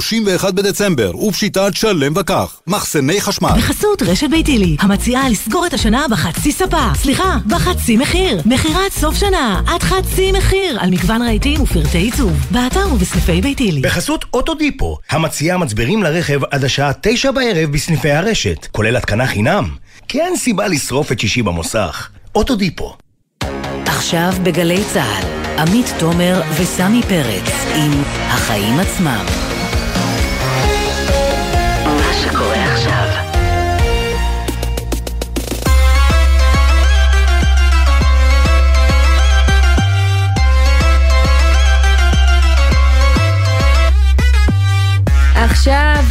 31 בדצמבר, ופשיטת שלם וכך. מחסני חשמל. בחסות רשת ביתילי, המציעה לסגור את השנה בחצי ספה. סליחה, בחצי מחיר. מחירת סוף שנה, עד חצי מחיר, על מגוון רהיטים ופרטי עיצוב. באתר ובסניפי ביתילי. בחסות אוטודיפו, המציעה מצברים לרכב עד השעה 9 בערב בסניפי הרשת, כולל התקנה חינם. כי אין סיבה לשרוף את שישי במוסך. אוטודיפו. עכשיו בגלי צהל, עמית תומר וסמי פרץ עם החיים עצמם. מה שקורה עכשיו. עכשיו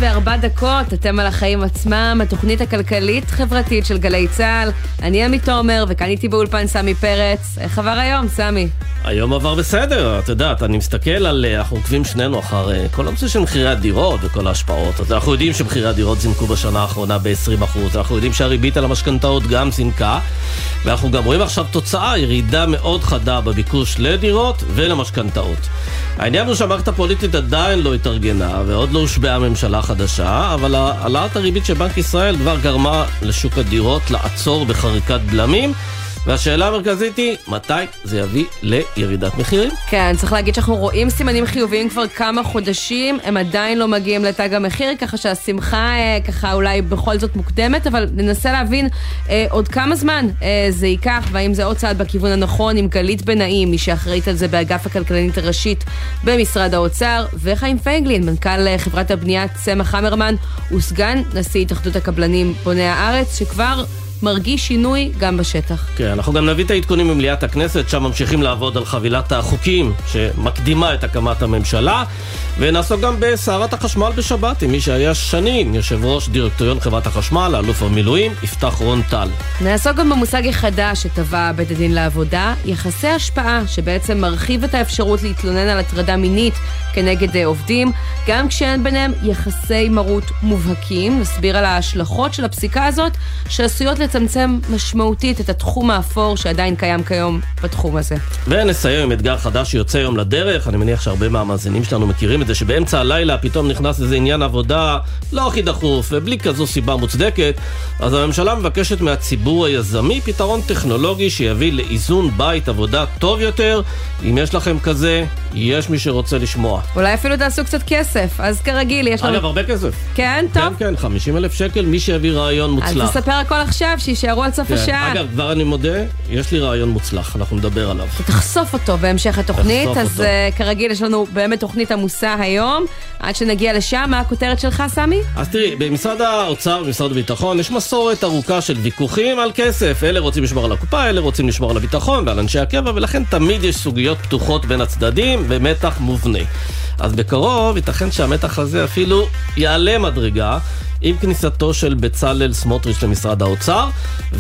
6:04, אתם על החיים עצמם, התוכנית הכלכלית-חברתית של גלי צהל. אני עמית תומר, וכאן איתי באולפן סמי פרץ. איך עבר היום, סמי? היום עבר בסדר, את יודעת, אני מסתכל על, אנחנו עוקבים שנינו אחר כל הנושא של מחירי הדירות וכל ההשפעות. אז אנחנו יודעים שמחירי הדירות זינקו בשנה האחרונה ב-20%, אנחנו יודעים שהריבית על המשכנתאות גם זינקה, ואנחנו גם רואים עכשיו תוצאה, ירידה מאוד חדה בביקוש לדירות ולמשכנתאות. העניין הוא שהמערכת הפוליטית עדיין לא התארגנה, ועוד לא הושבעה הממשלה חדשה, אבל העלאת הריבית של בנק ישראל כבר גרמה לשוק הדירות לעצור בחריקת בלמים, והשאלה המרכזית היא, מתי זה יביא לירידת מחירים? כן, צריך להגיד שאנחנו רואים סימנים חיוביים כבר כמה חודשים, הם עדיין לא מגיעים לתג המחיר, ככה שהשמחה ככה אולי בכל זאת מוקדמת, אבל ננסה להבין עוד כמה זמן זה ייקח, והאם זה עוד צעד בכיוון הנכון, עם גלית בנאים, מי שאחראית על זה באגף הכלכלנית הראשית במשרד האוצר, וחיים פייגלין, מנכ"ל חברת הבנייה צמח המרמן, וסגן נשיא התאחדות הקבלנים בוני הארץ, שכבר מרגיש שינוי גם בשטח. כן, אנחנו גם נביא את העדכונים ממליאת הכנסת, שם ממשיכים לעבוד על חבילת החוקים שמקדימה את הקמת הממשלה, ונעסוק גם בסערת החשמל בשבת, עם מי שהיה שנים יושב ראש דירקטוריון חברת החשמל, האלוף המילואים, יפתח רון טל. נעסוק גם במושג החדש שטבע בית הדין לעבודה, יחסי השפעה, שבעצם מרחיב את האפשרות להתלונן על הטרדה מינית כנגד עובדים, גם כשאין ביניהם יחסי מרות מובהקים. נסביר על ההשלכות של הפסיקה הזאת, שעשויות לצמצם משמעותית את התחום האפור שעדיין קיים כיום בתחום הזה. ונסיים עם אתגר חדש שיוצא היום לדרך. אני מניח שהרבה מהמאזינים שלנו מכירים את זה, שבאמצע הלילה פתאום נכנס איזה עניין עבודה לא הכי דחוף ובלי כזו סיבה מוצדקת. אז הממשלה מבקשת מהציבור היזמי פתרון טכנולוגי שיביא לאיזון בית עבודה טוב יותר. אם יש לכם כזה, יש מי שרוצה לשמוע. אולי אפילו תעשו קצת כסף. אז כרגיל יש לנו... אגב, הרבה כסף. כן, טוב. כן, 50,000 שקל, מי שיביא רעיון מוצלח. אז תספר הכל עכשיו, שישארו עד סוף השעה. אגב, כבר אני מודה, יש לי רעיון מוצלח, אנחנו נדבר עליו. תחשוף אותו בהמשך התוכנית, אז כרגיל יש לנו באמת תוכנית עמוסה היום. עד שנגיע לשם, מה הכותרת שלך, סמי? אז תראי, במשרד האוצר ובמשרד הביטחון יש מסורת ארוכה של ויכוחים על כסף. אלה רוצים לשמור על הקופה, אלה רוצים לשמור על הביטחון ועל אנשי הקבע, ולכן תמיד יש סוגיות פתוחות בין הצדדים ומתח מובנה. אז בקרוב ייתכן שהמתח הזה אפילו יעלה מדרגה עם כניסתו של בצלאל סמוטריץ' למשרד האוצר,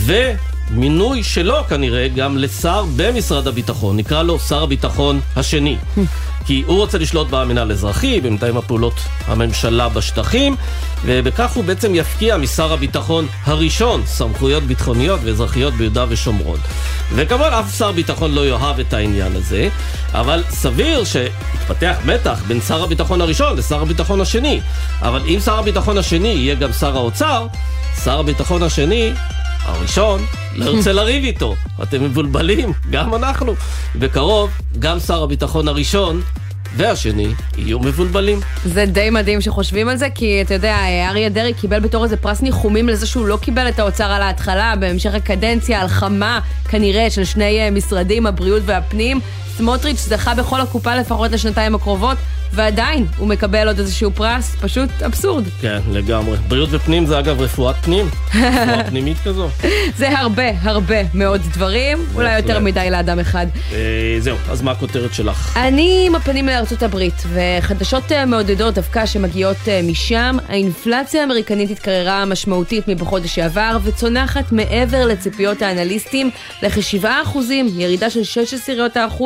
ומינוי שלו כנראה גם לשר במשרד הביטחון, נקרא לו שר הביטחון השני. כי הוא רוצה לשלוט במינהל אזרחי, במתאם הפעולות הממשלה בשטחים, ובכך הוא בעצם יפקיע משר הביטחון הראשון סמכויות ביטחוניות ואזרחיות ביהודה ושומרון. וכמובן אף שר ביטחון לא יאהב את העניין הזה, אבל סביר שיתפתח מתח בין שר הביטחון הראשון לשר הביטחון השני. אבל אם שר הביטחון השני יהיה גם שר האוצר, שר הביטחון השני הראשון לא ירצה לריב איתו. אתם מבולבלים, גם אנחנו. בקרוב גם שר הביטחון הראשון והשני יהיו מבולבלים. זה די מדהים שחושבים על זה, כי אתה יודע, אריה דרעי קיבל בתור איזה פרס ניחומים לזה שהוא לא קיבל את האוצר על ההתחלה, בהמשך הקדנציה, על חמה כנראה של שני משרדים, הבריאות והפנים. סמוטריץ' זכה בכל הקופה לפחות לשנתיים הקרובות, ועדיין הוא מקבל עוד איזשהו פרס, פשוט אבסורד. כן, לגמרי. בריאות ופנים זה אגב רפואת פנים. רפואה פנימית כזו. זה הרבה מאוד דברים, אולי יותר מדי לאדם אחד. זהו, אז מה הכותרת שלך? אני עם הפנים לארצות הברית, וחדשות מעודדות דווקא שמגיעות משם. האינפלציה האמריקנית התקררה משמעותית מבחודש שעבר, וצונחת מעבר לציפיות האנליסטים לכ7%, ירידה של 16%,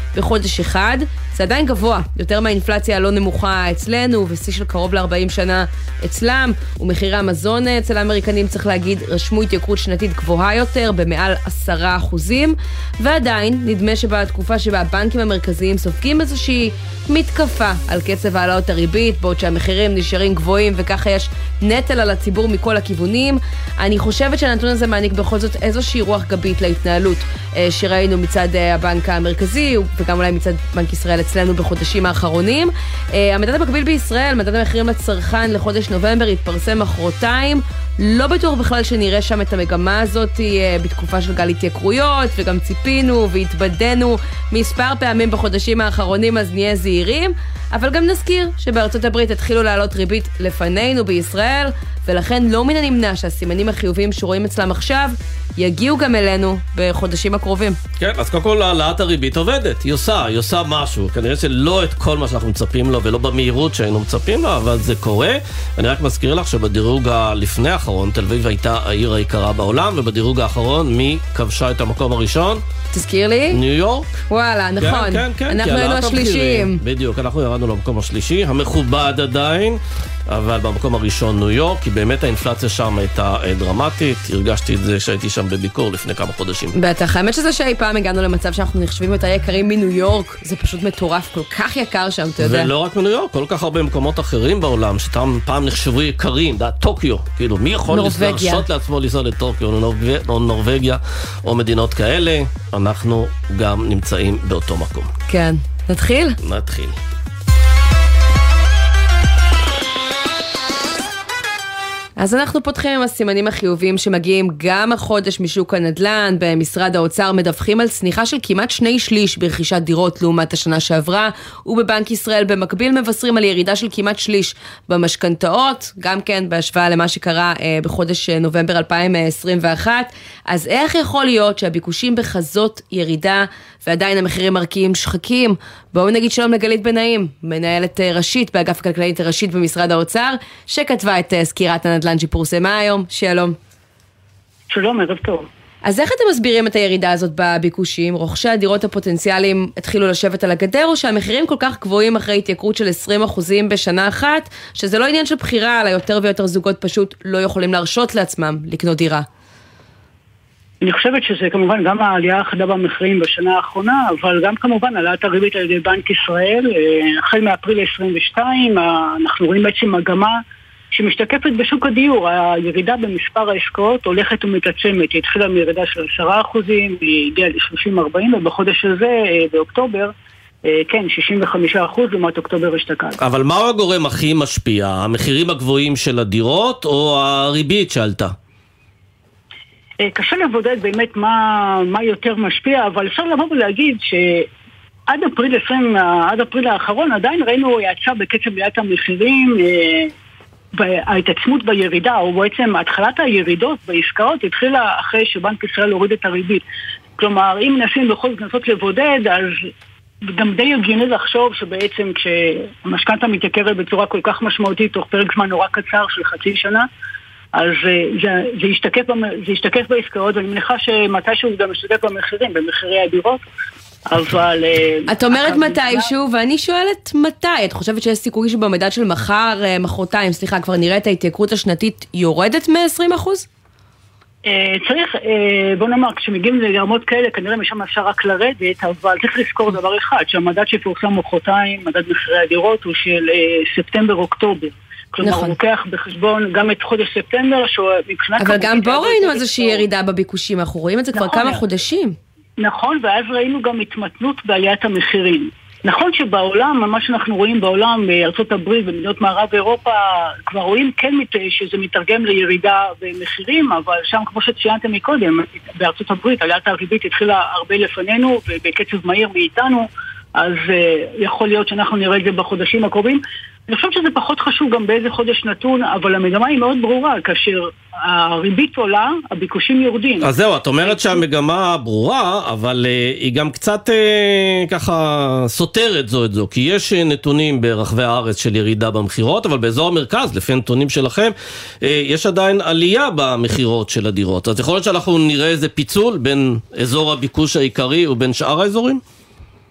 בחודש אחד. זה עדיין גבוה, יותר מהאינפלציה הלא נמוכה אצלנו, ושיא של קרוב ל-40 שנה אצלם, ומחירי המזון אצל האמריקנים, צריך להגיד, רשמו התייקרות שנתית גבוהה יותר, במעל 10%, ועדיין נדמה שבתקופה שבה הבנקים המרכזיים סופגים איזושהי מתקפה על קצב העלאות הריבית, בעוד שהמחירים נשארים גבוהים, וככה יש נטל על הציבור מכל הכיוונים. אני חושבת שהנתון הזה מעניק בכל זאת איזושהי רוח גבית להתנהלות שראינו מצד הבנק המרכזי, וגם אולי מצד בנק ישראל אצלנו בחודשים האחרונים. המדד המקביל בישראל, מדד המחירים לצרכן לחודש נובמבר, התפרסם מחרתיים. לא בטוח בכלל שנראה שם את המגמה הזאת בתקופה של גל התייקרויות, וגם ציפינו והתבדנו מספר פעמים בחודשים האחרונים, אז נהיה זהירים. אבל גם נזכיר שבארצות הברית התחילו לעלות ריבית לפנינו בישראל, ולכן לא מן הנמנע שהסימנים החיוביים שרואים אצלם עכשיו יגיעו גם אלינו בחודשים הקרובים. כן, אז קודם כל העלאת הריבית עובדת, היא עושה משהו, כנראה שלא את כל מה שאנחנו מצפים לו ולא במהירות שהיינו מצפים לו, אבל זה קורה. אני רק מזכיר לך שבדירוג הלפני האחרון, תל אביב הייתה העיר היקרה בעולם, ובדירוג האחרון מי כבשה את המקום הראשון? תזכיר לי? ניו יורק. וואלה, נכון. כן, אנחנו היינו השלישיים. בדיוק, אנחנו ירדנו למקום השלישי, המכובד עדיין, אבל במקום הראשון ניו יורק, כי באמת האינפלציה שם הייתה דרמטית. הרגשתי את זה שהייתי שם בביקור לפני כמה חודשים. בטח, האמת שזה שאי פעם הגענו למצב שאנחנו נחשבים יותר יקרים מניו יורק, זה פשוט מטורף, כל כך יקר שם, אתה יודע. ולא רק מניו יורק, כל כך הרבה מקומות אחרים בעולם, שפעם נחשבו יקרים, טוקיו, כאילו, מי יכול להרשות לעצמו לנסוע לטוקיו, או נורווגיה, או מדינות כאלה, אנחנו גם נמצאים באותו מקום. כן, נתחיל? נתחיל. אז אנחנו פותחים עם הסימנים החיוביים שמגיעים גם החודש משוק הנדל"ן. במשרד האוצר מדווחים על צניחה של כמעט 2/3 ברכישת דירות לעומת השנה שעברה, ובבנק ישראל במקביל מבשרים על ירידה של כמעט 1/3 במשכנתאות, גם כן בהשוואה למה שקרה בחודש נובמבר 2021. אז איך יכול להיות שהביקושים בחזות ירידה ועדיין המחירים מרקיעים שחקים? בואו נגיד שלום לגלית בנאים, מנהלת ראשית באגף הכלכלית הראשית במשרד האוצר, שכתבה את סקירת הנדל"ן שפורסמה היום. שלום. שלום, ערב טוב. אז איך אתם מסבירים את הירידה הזאת בביקושים? רוכשי הדירות הפוטנציאליים התחילו לשבת על הגדר, או שהמחירים כל כך גבוהים אחרי התייקרות של 20% בשנה אחת, שזה לא עניין של בחירה, אלא יותר ויותר זוגות פשוט לא יכולים להרשות לעצמם לקנות דירה? אני חושבת שזה כמובן גם העלייה החדה במחירים בשנה האחרונה, אבל גם כמובן העלאת הריבית על ידי בנק ישראל. החל מאפריל 22 אנחנו רואים בעצם מגמה שמשתקפת בשוק הדיור. הירידה במספר העסקאות הולכת ומתעצמת. היא התחילה מירידה של 10%, היא הגיעה ל-30-40, ובחודש הזה, באוקטובר, כן, 65% לעומת אוקטובר אשתקד. אבל מהו הגורם הכי משפיע? המחירים הגבוהים של הדירות או הריבית שעלתה? קשה לבודד באמת מה יותר משפיע, אבל אפשר לבוא ולהגיד שעד אפריל האחרון עדיין ראינו האצה בקצב עליית המחירים, ההתעצמות בירידה, או בעצם התחלת הירידות בעסקאות התחילה אחרי שבנק ישראל הוריד את הריבית. כלומר, אם נשים בכל זאת לנסות לבודד, אז גם די הגיוני לחשוב שבעצם כשהמשכנתא מתייקרת בצורה כל כך משמעותית תוך פרק זמן נורא קצר של חצי שנה, אז זה ישתקף בעסקאות, ואני מניחה שמתישהו גם ישתקף במחירים, במחירי הדירות, אבל... את אומרת מתישהו, ואני שואלת מתי. את חושבת שיש סיכוי שבמדד של מחרתיים, כבר נראה את ההתייקרות השנתית יורדת מ-20%? צריך, בוא נאמר, כשמגיעים לרמות כאלה, כנראה משם אפשר רק לרדת, אבל צריך לזכור דבר אחד, שהמדד שפורסם מחרתיים, מדד מחירי הדירות, הוא של ספטמבר-אוקטובר. כלומר, הוא לוקח בחשבון גם את חודש ספטמבר, אבל גם בו ראינו איזושהי ירידה בביקושים, אנחנו רואים את זה כבר כמה חודשים. נכון, ואז ראינו גם התמתנות בעליית המחירים. נכון שבעולם, מה שאנחנו רואים בעולם, בארצות הברית, במדינות מערב אירופה, כבר רואים כן שזה מתרגם לירידה במחירים, אבל שם, כמו שציינתם מקודם, בארצות הברית, עליית הריבית התחילה הרבה לפנינו, ובקצב מהיר מאיתנו, אז יכול להיות שאנחנו נראה את זה בחודשים הקרובים. אני חושב שזה פחות חשוב גם באיזה חודש נתון, אבל המגמה היא מאוד ברורה, כאשר הריבית עולה, הביקושים יורדים. אז זהו, את אומרת שהמגמה ברורה, אבל היא גם קצת ככה סותרת זו את זו, כי יש נתונים ברחבי הארץ של ירידה במחירות, אבל באזור המרכז, לפי הנתונים שלכם, יש עדיין עלייה במחירות של הדירות. אז יכול להיות שאנחנו נראה איזה פיצול בין אזור הביקוש העיקרי ובין שאר האזורים?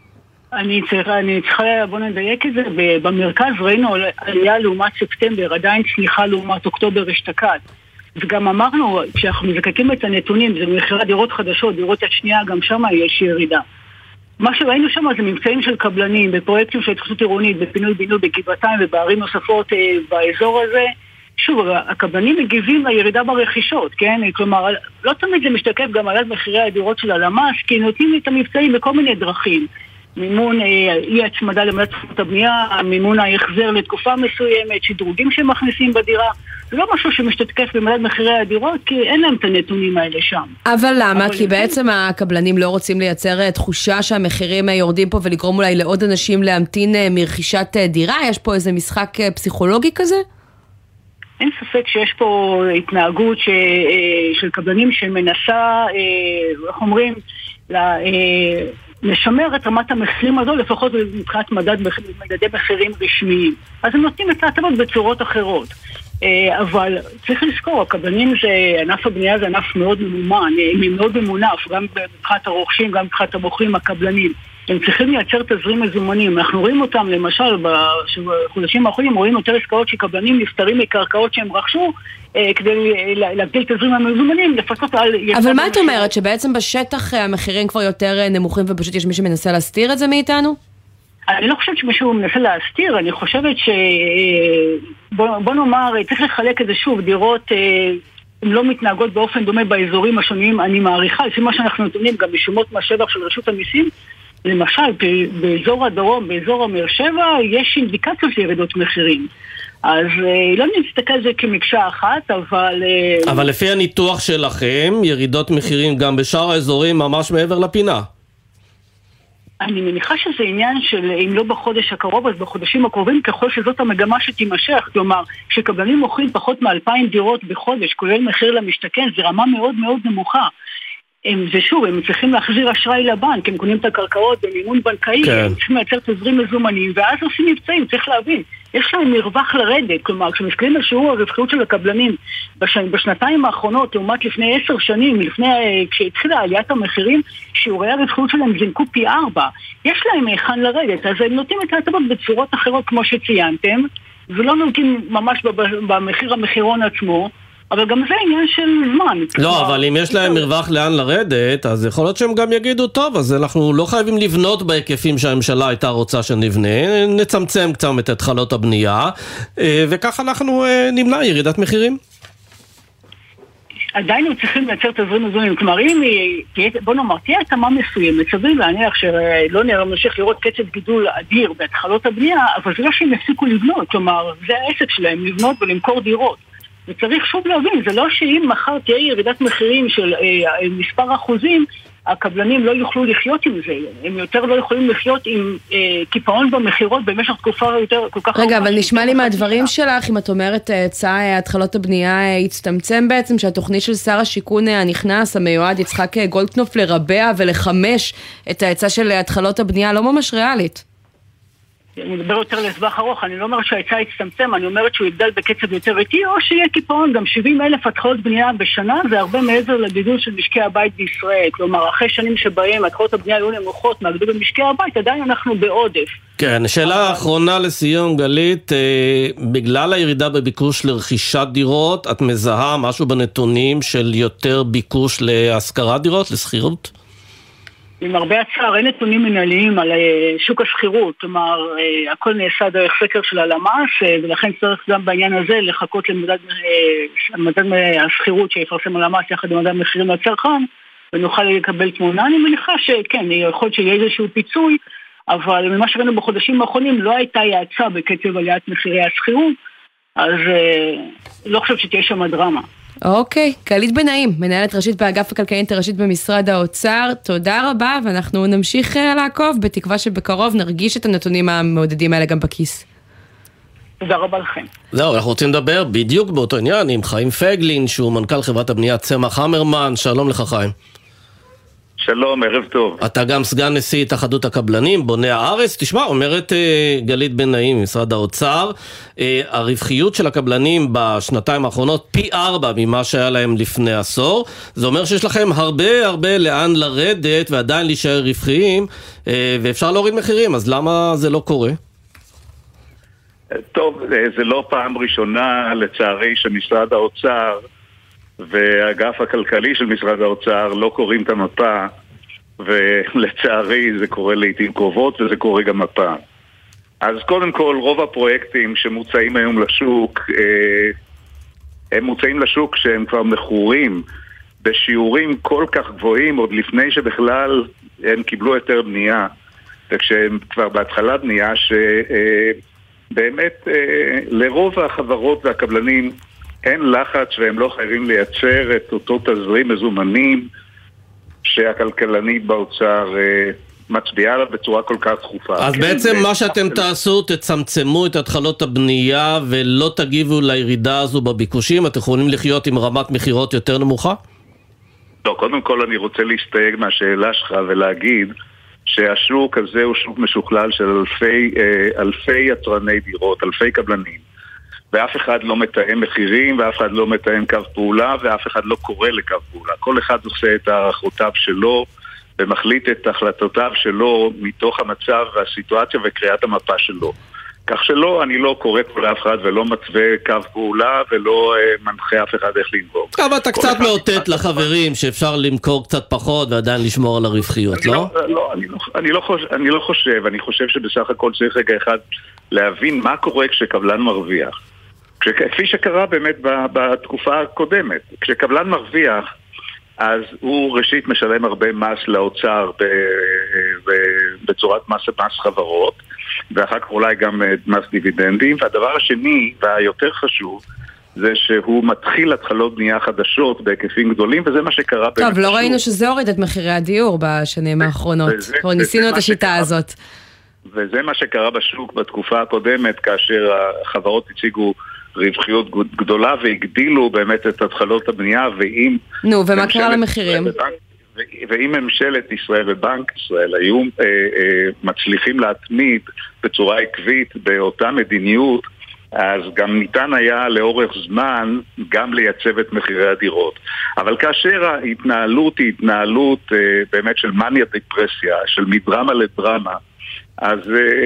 אני צריכה, בוא נדייק את זה, במרכז ראינו עלייה לעומת ספטמבר, עדיין צניחה לעומת אוקטובר אשתקד. וגם אמרנו, כשאנחנו מזקקים את הנתונים, זה מחירת דירות חדשות, דירות יד שנייה, גם שם יש ירידה. מה שראינו שם זה מבצעים של קבלנים, בפרויקטים של התחדשות עירונית, בפינוי בינוי בגבעתיים ובערים נוספות באזור הזה. שוב, הקבלנים מגיבים לירידה ברכישות, כן? כלומר, לא תמיד זה משתקף גם על מחירי הדירות של הלמ"ס, כי נותנים את המבצעים בכל מיני דרכים. מימון אי הצמדה למדד תשומות הבנייה, מימון ההחזר לתקופה מסוימת, שדרוגים שמכניסים בדירה. זה לא משהו שמשתתקף במדד מחירי הדירות, כי אין להם את הנתונים האלה שם. אבל למה? כי בעצם הקבלנים לא רוצים לייצר תחושה שהמחירים יורדים פה ולגרום אולי לעוד אנשים להמתין מרכישת דירה? יש פה איזה משחק פסיכולוגי כזה? אין ספק שיש פה התנהגות של קבלנים שמנסה, איך אומרים, לשמר את רמת המחירים הזו, לפחות מבחינת מדדי מחירים רשמיים. אז הם נותנים את ההטבות בצורות אחרות. אבל צריך לזכור, הקבלנים זה, ענף הבנייה זה ענף מאוד ממומן, מאוד ממונף, גם מבחינת הרוכשים, גם מבחינת המוכרים, הקבלנים. הם צריכים לייצר תזרים מזומנים. אנחנו רואים אותם, למשל, בחודשים האחרונים, רואים יותר עסקאות שקבלנים נפטרים מקרקעות שהם רכשו, כדי להגדיל תזרים המזומנים, לפצות על... אבל מה את אומרת? שבעצם בשטח המחירים כבר יותר נמוכים, ופשוט יש מי שמנסה להסתיר את זה מאיתנו? אני לא חושבת שמישהו מנסה להסתיר, אני חושבת בוא נאמר, צריך לחלק את זה שוב, דירות... הן לא מתנהגות באופן דומה באזורים השונים, אני מעריכה, לפי מה שאנחנו נותנים גם בשומות מהשבח של רשות המיסים, למשל, באזור הדרום, באזור המר שבע, יש אינדיקציות לירידות מחירים. אז לא נסתכל על זה כמקשה אחת, אבל... אבל לפי הניתוח שלכם, ירידות מחירים גם בשאר האזורים ממש מעבר לפינה. אני מניחה שזה עניין של, אם לא בחודש הקרוב, אז בחודשים הקרובים, ככל שזאת המגמה שתימשך, כלומר, שקבלנים מוכרים פחות מ2,000 דירות בחודש, כולל מחיר למשתכן, זה רמה מאוד מאוד נמוכה. ושוב, הם צריכים להחזיר אשראי לבנק, הם קונים את הקרקעות במימון בנקאי, כן. הם צריכים לייצר תזרים מזומנים, ואז עושים מבצעים, צריך להבין. יש להם מרווח לרדת, כלומר, כשמסתכלים על שיעור הרווחיות של הקבלנים בשנתיים האחרונות, לעומת לפני 10 שנים, כשהתחילה עליית המחירים, שיעורי הרווחיות שלהם זינקו פי 4. יש להם היכן לרדת, אז הם נותנים את ההטבות בצורות אחרות, כמו שציינתם, ולא נוגעים ממש במחיר המחירון עצמו, אבל גם זה עניין של זמן. לא, אבל אם יש להם מרווח לאן לרדת, אז יכול להיות שהם גם יגידו, טוב, אז אנחנו לא חייבים לבנות בהיקפים שהממשלה הייתה רוצה שנבנה, נצמצם קצת את התחלות הבנייה, וכך אנחנו נמנע ירידת מחירים. עדיין הם צריכים לייצר תזרים מזומנים, כלומר, אם בוא נאמר, תהיה התאמה מסוימת, סביר להניח שלא נמשיך לראות קצב גידול אדיר בהתחלות הבנייה, אבל זה לא שהם יפסיקו לבנות, כלומר, זה העסק שלהם, לבנות ולמכור דירות. וצריך שוב להבין, זה לא שאם מחר תהיה ירידת מחירים של מספר אחוזים, הקבלנים לא יוכלו לחיות עם זה. הם יותר לא יכולים לחיות עם קיפאון במחירות במשך תקופה יותר כל כך... רגע, אבל נשמע לי מהדברים שלך, אם את אומרת, התחלות הבנייה יצטמצם בעצם, שהתוכנית של שר השיכון הנכנס, המיועד יצחק גולדקנופ, לרבע ולחמש את ההיצע של התחלות הבנייה, לא ממש ריאלית. אני מדבר יותר לטווח ארוך, אני לא אומר שההיצע יצטמצם, אני אומרת שהוא יגדל בקצב יותר איטי, או שיהיה קיפאון, גם 70,000 התחלות בנייה בשנה, זה הרבה מעבר לגידול של משקי הבית בישראל. כלומר, אחרי שנים שבהם התחלות הבנייה היו נמוכות מהגידול במשקי הבית, עדיין אנחנו בעודף. כן, שאלה האחרונה לסיום, גלית, בגלל הירידה בביקוש לרכישת דירות, את מזהה משהו בנתונים של יותר ביקוש להשכרת דירות, לשכירות? עם הרבה הצער, אין נתונים מנהליים על שוק השכירות, כלומר, הכל נעשה דרך סקר של הלמ"ס, ולכן צריך גם בעניין הזה לחכות למדד השכירות שיפרסם הלמ"ס יחד עם מדד מחירים לצרכן, ונוכל לקבל תמונה. אני מניחה שכן, יכול להיות שיהיה איזשהו פיצוי, אבל ממה שראינו בחודשים האחרונים לא הייתה יעצה בקצב עליית מחירי השכירות, אז לא חושב שתהיה שם דרמה. אוקיי, גלית בנעים, מנהלת ראשית באגף הכלכלית הראשית במשרד האוצר, תודה רבה, ואנחנו נמשיך לעקוב, בתקווה שבקרוב נרגיש את הנתונים המעודדים האלה גם בכיס. תודה רבה לכם. זהו, אנחנו רוצים לדבר בדיוק באותו עניין עם חיים פגלין, שהוא מנכ"ל חברת הבנייה צמח המרמן. שלום לך חיים. שלום, ערב טוב. אתה גם סגן נשיא התאחדות הקבלנים, בוני הארץ. תשמע, אומרת גלית בן נעים, משרד האוצר, הרווחיות של הקבלנים בשנתיים האחרונות פי 4 ממה שהיה להם לפני עשור. זה אומר שיש לכם הרבה לאן לרדת ועדיין להישאר רווחיים, ואפשר להוריד מחירים, אז למה זה לא קורה? טוב, זה לא פעם ראשונה, לצערי, שמשרד האוצר והאגף הכלכלי של משרד האוצר לא קוראים את המפה, ולצערי זה קורה לעתים קרובות וזה קורה גם הפעם. אז קודם כל, רוב הפרויקטים שמוצאים היום לשוק, הם מוצאים לשוק שהם כבר מכורים בשיעורים כל כך גבוהים עוד לפני שבכלל הם קיבלו יותר בנייה, וכשהם כבר בהתחלה בנייה שבאמת לרוב החברות והקבלנים אין לחץ והם לא חייבים לייצר את אותו תזרים מזומנים שהכלכלנית באוצר מצביעה עליו בצורה כל כך דחופה. אז בעצם מה שאתם תעשו, תצמצמו את התחלות הבנייה ולא תגיבו לירידה הזו בביקושים, אתם יכולים לחיות עם רמת מחירות יותר נמוכה? לא, קודם כל אני רוצה להסתייג מהשאלה שלך ולהגיד שהשוק הזה הוא שוק משוכלל של אלפי יצרני דירות, אלפי קבלנים. ואף אחד לא מתאם מחירים, ואף אחד לא מתאם קו פעולה, ואף אחד לא קורא לקו פעולה. כל אחד עושה את הערכותיו שלו, ומחליט את החלטותיו שלו מתוך המצב והסיטואציה וקריאת המפה שלו. כך שלא, אני לא קורא פה לאף אחד ולא מצווה קו פעולה ולא מנחה אף אחד איך לנבוא. אבל אתה קצת מאותת לחברים שאפשר למכור קצת פחות ועדיין לשמור על הרווחיות, לא? לא, אני לא חושב. אני חושב שבסך הכל צריך רגע אחד להבין מה קורה כשקבלן מרוויח. כפי שקרה באמת בתקופה הקודמת. כשקבלן מרוויח, אז הוא ראשית משלם הרבה מס לאוצר בצורת מס חברות, ואחר כך אולי גם מס דיבידנדים. והדבר השני והיותר חשוב זה שהוא מתחיל התחלות בנייה חדשות בהיקפים גדולים, וזה מה שקרה באמת. טוב, לא ראינו שזה הוריד את מחירי הדיור בשנים האחרונות. ניסינו את השיטה הזאת. וזה מה שקרה בשוק בתקופה הקודמת, כאשר החברות הציגו רווחיות גדולה והגדילו באמת את התחלות הבנייה, ומה קרה למחירים? ואם ממשלת ישראל ובנק ישראל היו מצליחים להתמיד בצורה עקבית באותה מדיניות, אז גם ניתן היה לאורך זמן גם לייצב את מחירי הדירות. אבל כאשר ההתנהלות היא התנהלות באמת של מניה דיפרסיה, של מדרמה לדרמה, אז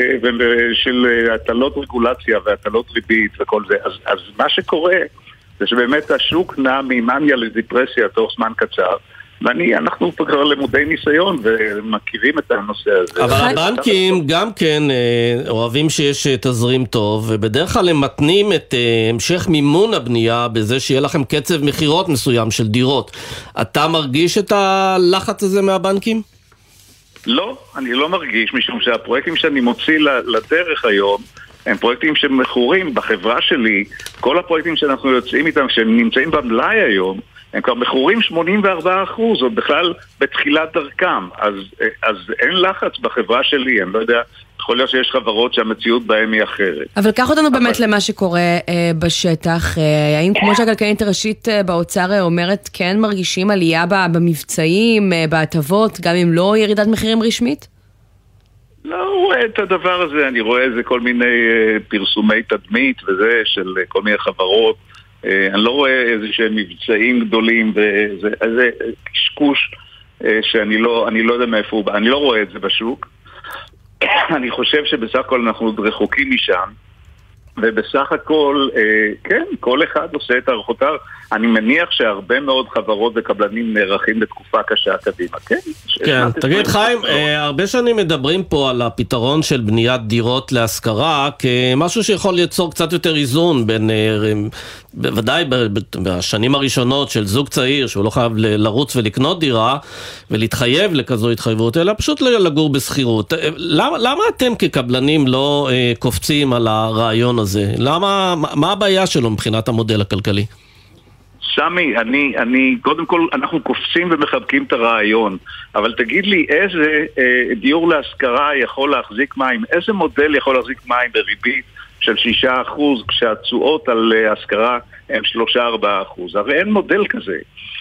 של הטלות רגולציה והטלות ריבית וכל זה, אז מה שקורה זה שבאמת השוק נע ממניה לדיפרסיה תוך זמן קצר, ואנחנו פה כבר למודי ניסיון ומכירים את הנושא הזה. אבל הבנקים גם כן אוהבים שיש תזרים טוב, ובדרך כלל הם מתנים את המשך מימון הבנייה בזה שיהיה לכם קצב מחירות מסוים של דירות. אתה מרגיש את הלחץ הזה מהבנקים? לא, אני לא מרגיש, משום שהפרויקטים שאני מוציא לדרך היום הם פרויקטים שמכורים בחברה שלי. כל הפרויקטים שאנחנו יוצאים איתם, שהם נמצאים במלאי היום, הם כבר מכורים 84%, עוד בכלל בתחילת דרכם. אז אין לחץ בחברה שלי, אני לא יודע, יכול להיות שיש חברות שהמציאות בהן היא אחרת. אבל קח אותנו באמת למה שקורה בשטח. האם כמו שהכלכלנית הראשית באוצר אומרת, כן מרגישים עלייה במבצעים, בהטבות, גם אם לא ירידת מחירים רשמית? לא רואה את הדבר הזה, אני רואה איזה כל מיני פרסומי תדמית וזה של כל מיני חברות. אני לא רואה איזה שהם מבצעים גדולים וזה קשקוש שאני לא יודע מאיפה הוא בא, אני לא רואה את זה בשוק. אני חושב שבסך הכל אנחנו עוד רחוקים משם, ובסך הכל, כן, כל אחד עושה את הערכותיו. אני מניח שהרבה מאוד חברות וקבלנים נערכים בתקופה קשה קדימה, כן? כן, תגיד חיים, הרבה שנים מדברים פה על הפתרון של בניית דירות להשכרה, כמשהו שיכול ליצור קצת יותר איזון בין, בוודאי בשנים הראשונות של זוג צעיר, שהוא לא חייב לרוץ ולקנות דירה, ולהתחייב לכזו התחייבות, אלא פשוט לגור בסחירות. למה אתם כקבלנים לא קופצים על הרעיון הזה? מה הבעיה שלו מבחינת המודל הכלכלי? סמי, קודם כל אנחנו קופצים ומחבקים את הרעיון, אבל תגיד לי איזה דיור להשכרה יכול להחזיק מים, איזה מודל יכול להחזיק מים בריבית של 6% כשהתשואות על השכרה הם 3-4%, הרי אין מודל כזה.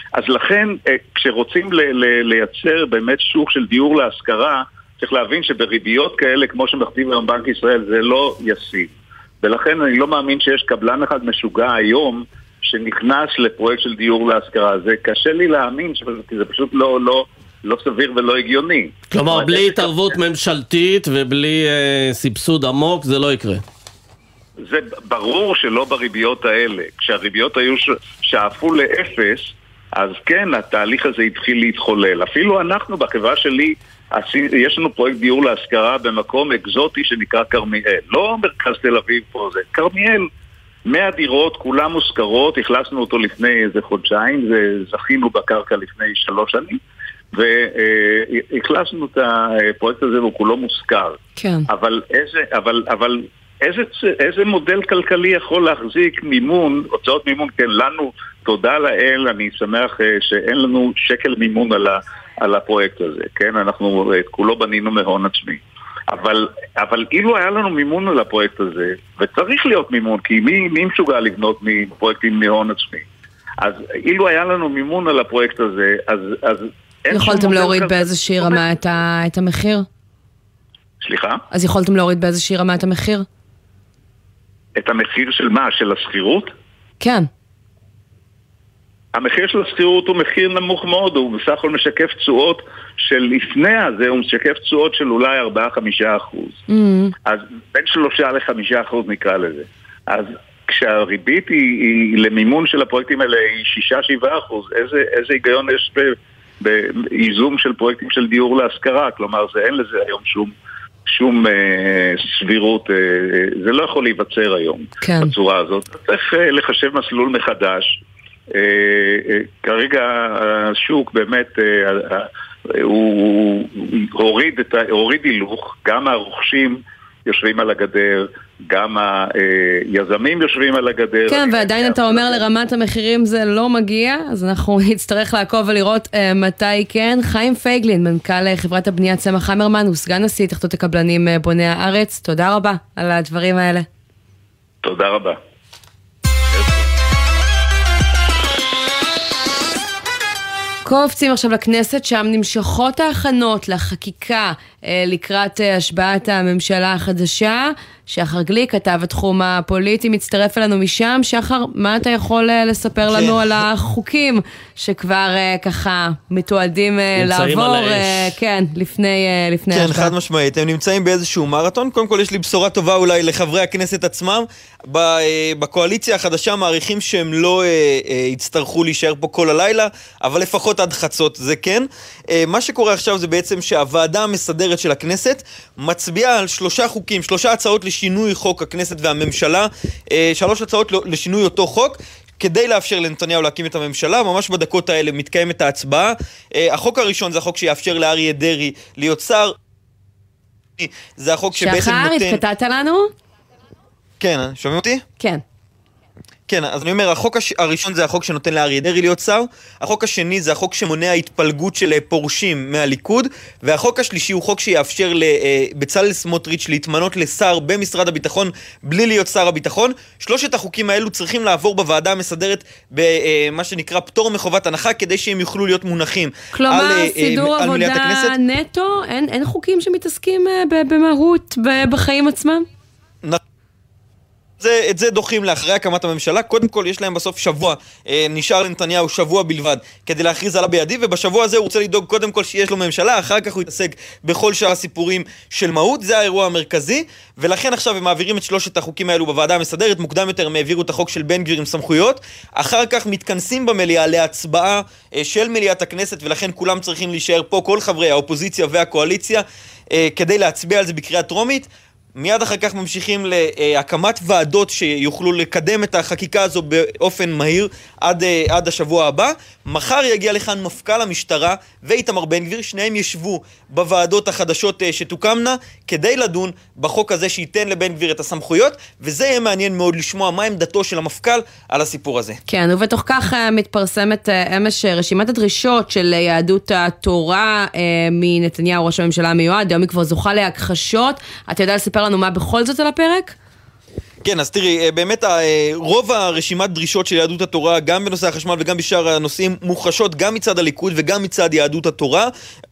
אז לכן, כשרוצים לייצר באמת שוק של דיור להשכרה, צריך להבין שבריביות כאלה, כמו שמכתיב היום בנק ישראל, זה לא ישים. ולכן אני לא מאמין שיש קבלן אחד משוגע היום, שנכנס לפרויקט של דיור להשכרה. זה קשה לי להאמין, כי זה פשוט לא סביר ולא הגיוני. כלומר, בלי התערבות ממשלתית ובלי סבסוד עמוק, זה לא יקרה. זה ברור שלא בריביות האלה. כשהריביות היו שאפו לאפס, אז כן, התהליך הזה התחיל להתחולל. אפילו אנחנו, בחברה שלי, יש לנו פרויקט דיור להשכרה במקום אקזוטי שנקרא קרמיאל. לא מרכז תל אביב פה, זה קרמיאל. 100 דירות, כולם מושכרות, הכלסנו אותו לפני איזה חודשיים, זכינו בקרקע לפני 3 שנים, והכלסנו את הפרויקט הזה והוא כולו מושכר. כן. אבל איזה מודל כלכלי יכול להחזיק מימון, הוצאות מימון, כן, לנו, תודה לאל, אני שמח שאין לנו שקל מימון על הפרויקט הזה, כן, אנחנו כולו בנינו מהון עצמי. אבל אילו היה לנו מימון על הפרויקט הזה, וצריך להיות מימון, כי מי משוגע לבנות מפרויקטים מהון עצמי? אז אילו היה לנו מימון על הפרויקט הזה, אז יכולתם להוריד באיזושהי רמה את המחיר? סליחה? אז יכולתם להוריד באיזושהי רמה את המחיר? את המחיר של מה? של הסחירות? כן. המחיר של הסחירות הוא מחיר נמוך מאוד, הוא בסך הכל משקף תשואות של לפני הזה, הוא משקף תשואות של אולי 4-5%. אז בין 3-5% נקרא לזה. אז כשהריבית היא למימון של הפרויקטים האלה היא 6-7%, איזה היגיון יש באיזום של פרויקטים של דיור להשכרה? כלומר, אין לזה היום שום סבירות, זה לא יכול להיווצר היום בצורה הזאת. צריך לחשב מסלול מחדש. כרגע השוק באמת הוא הוריד הילוך, גם הרוכשים יושבים על הגדר, גם היזמים יושבים על הגדר. כן, ועדיין אתה אומר לרמת המחירים זה לא מגיע, אז אנחנו נצטרך לעקוב ולראות מתי כן. חיים פייגלין, מנכ"ל חברת הבנייה צמח המרמן, הוא סגן נשיא התאחדות הקבלנים בוני הארץ. תודה רבה על הדברים האלה. תודה רבה. קופצים עכשיו לכנסת, שם נמשכות ההכנות לחקיקה לקראת השבעת הממשלה החדשה. שחר גליק, כתב התחום הפוליטי, מצטרף אלינו משם. שחר, מה אתה יכול לספר לנו על החוקים שכבר ככה מתועדים לעבור לפני השבעה? כן, חד משמעית, הם נמצאים באיזשהו מרתון. קודם כל יש לי בשורה טובה אולי לחברי הכנסת עצמם. בקואליציה החדשה מעריכים שהם לא יצטרכו להישאר פה כל הלילה, אבל לפחות עד חצות זה כן. מה שקורה עכשיו זה בעצם שהוועדה המסדרת של הכנסת מצביעה על 3 חוקים, 3 הצעות לשינוי חוק הכנסת והממשלה, 3 הצעות לשינוי אותו חוק, כדי לאפשר לנתניהו להקים את הממשלה. ממש בדקות האלה מתקיימת ההצבעה. החוק הראשון זה החוק שיאפשר לאריה דרעי להיות שר. זה החוק שבעצם נותן... שחר, התקטעת לנו? כן, שומעים אותי? כן. כן, אז אני אומר, החוק הראשון זה החוק שנותן לאריה דרעי להיות שר, החוק השני זה החוק שמונע התפלגות של פורשים מהליכוד, והחוק השלישי הוא חוק שיאפשר לבצלאל סמוטריץ' להתמנות לשר במשרד הביטחון בלי להיות שר הביטחון. 3 החוקים האלו צריכים לעבור בוועדה המסדרת במה שנקרא פטור מחובת הנחה, כדי שהם יוכלו להיות מונחים כלומר, סידור עבודה נטו, אין חוקים שמתעסקים במהות בחיים עצמם? את זה דוחים לאחרי הקמת הממשלה. קודם כל יש להם בסוף שבוע, נשאר לנתניהו שבוע בלבד כדי להכריז עלה בידי, ובשבוע הזה הוא רוצה לדאוג קודם כל שיש לו ממשלה, אחר כך הוא יתעסק בכל שאר הסיפורים של מהות. זה האירוע המרכזי, ולכן עכשיו הם מעבירים את 3 החוקים האלו בוועדה המסדרת. מוקדם יותר הם העבירו את החוק של בן גביר עם סמכויות, אחר כך מתכנסים במליאה להצבעה של מליאת הכנסת, ולכן כולם צריכים להישאר פה, כל חברי האופוזיציה והקואליציה, כדי להצביע על זה בקריאה טרומית. מיד אחר כך ממשיכים להקמת ועדות שיוכלו לקדם את החקיקה הזו באופן מהיר עד השבוע הבא. מחר יגיע לכאן מפכ"ל המשטרה ואיתמר בן גביר, שניהם ישבו בוועדות החדשות שתוקמנה כדי לדון בחוק הזה שייתן לבן גביר את הסמכויות, וזה יהיה מעניין מאוד לשמוע מה עמדתו של המפכ"ל על הסיפור הזה. כן, ובתוך כך מתפרסמת אמש רשימת הדרישות של יהדות התורה מנתניהו ראש הממשלה המיועד. היום היא כבר זוכה להכחשות. אתה יודע לספר לנו מה בכל זאת על הפרק? כן, אז תראי, באמת רוב הרשימת דרישות של יהדות התורה, גם בנושא החשמל וגם בשאר הנושאים, מוחשות גם מצד הליכוד וגם מצד יהדות התורה.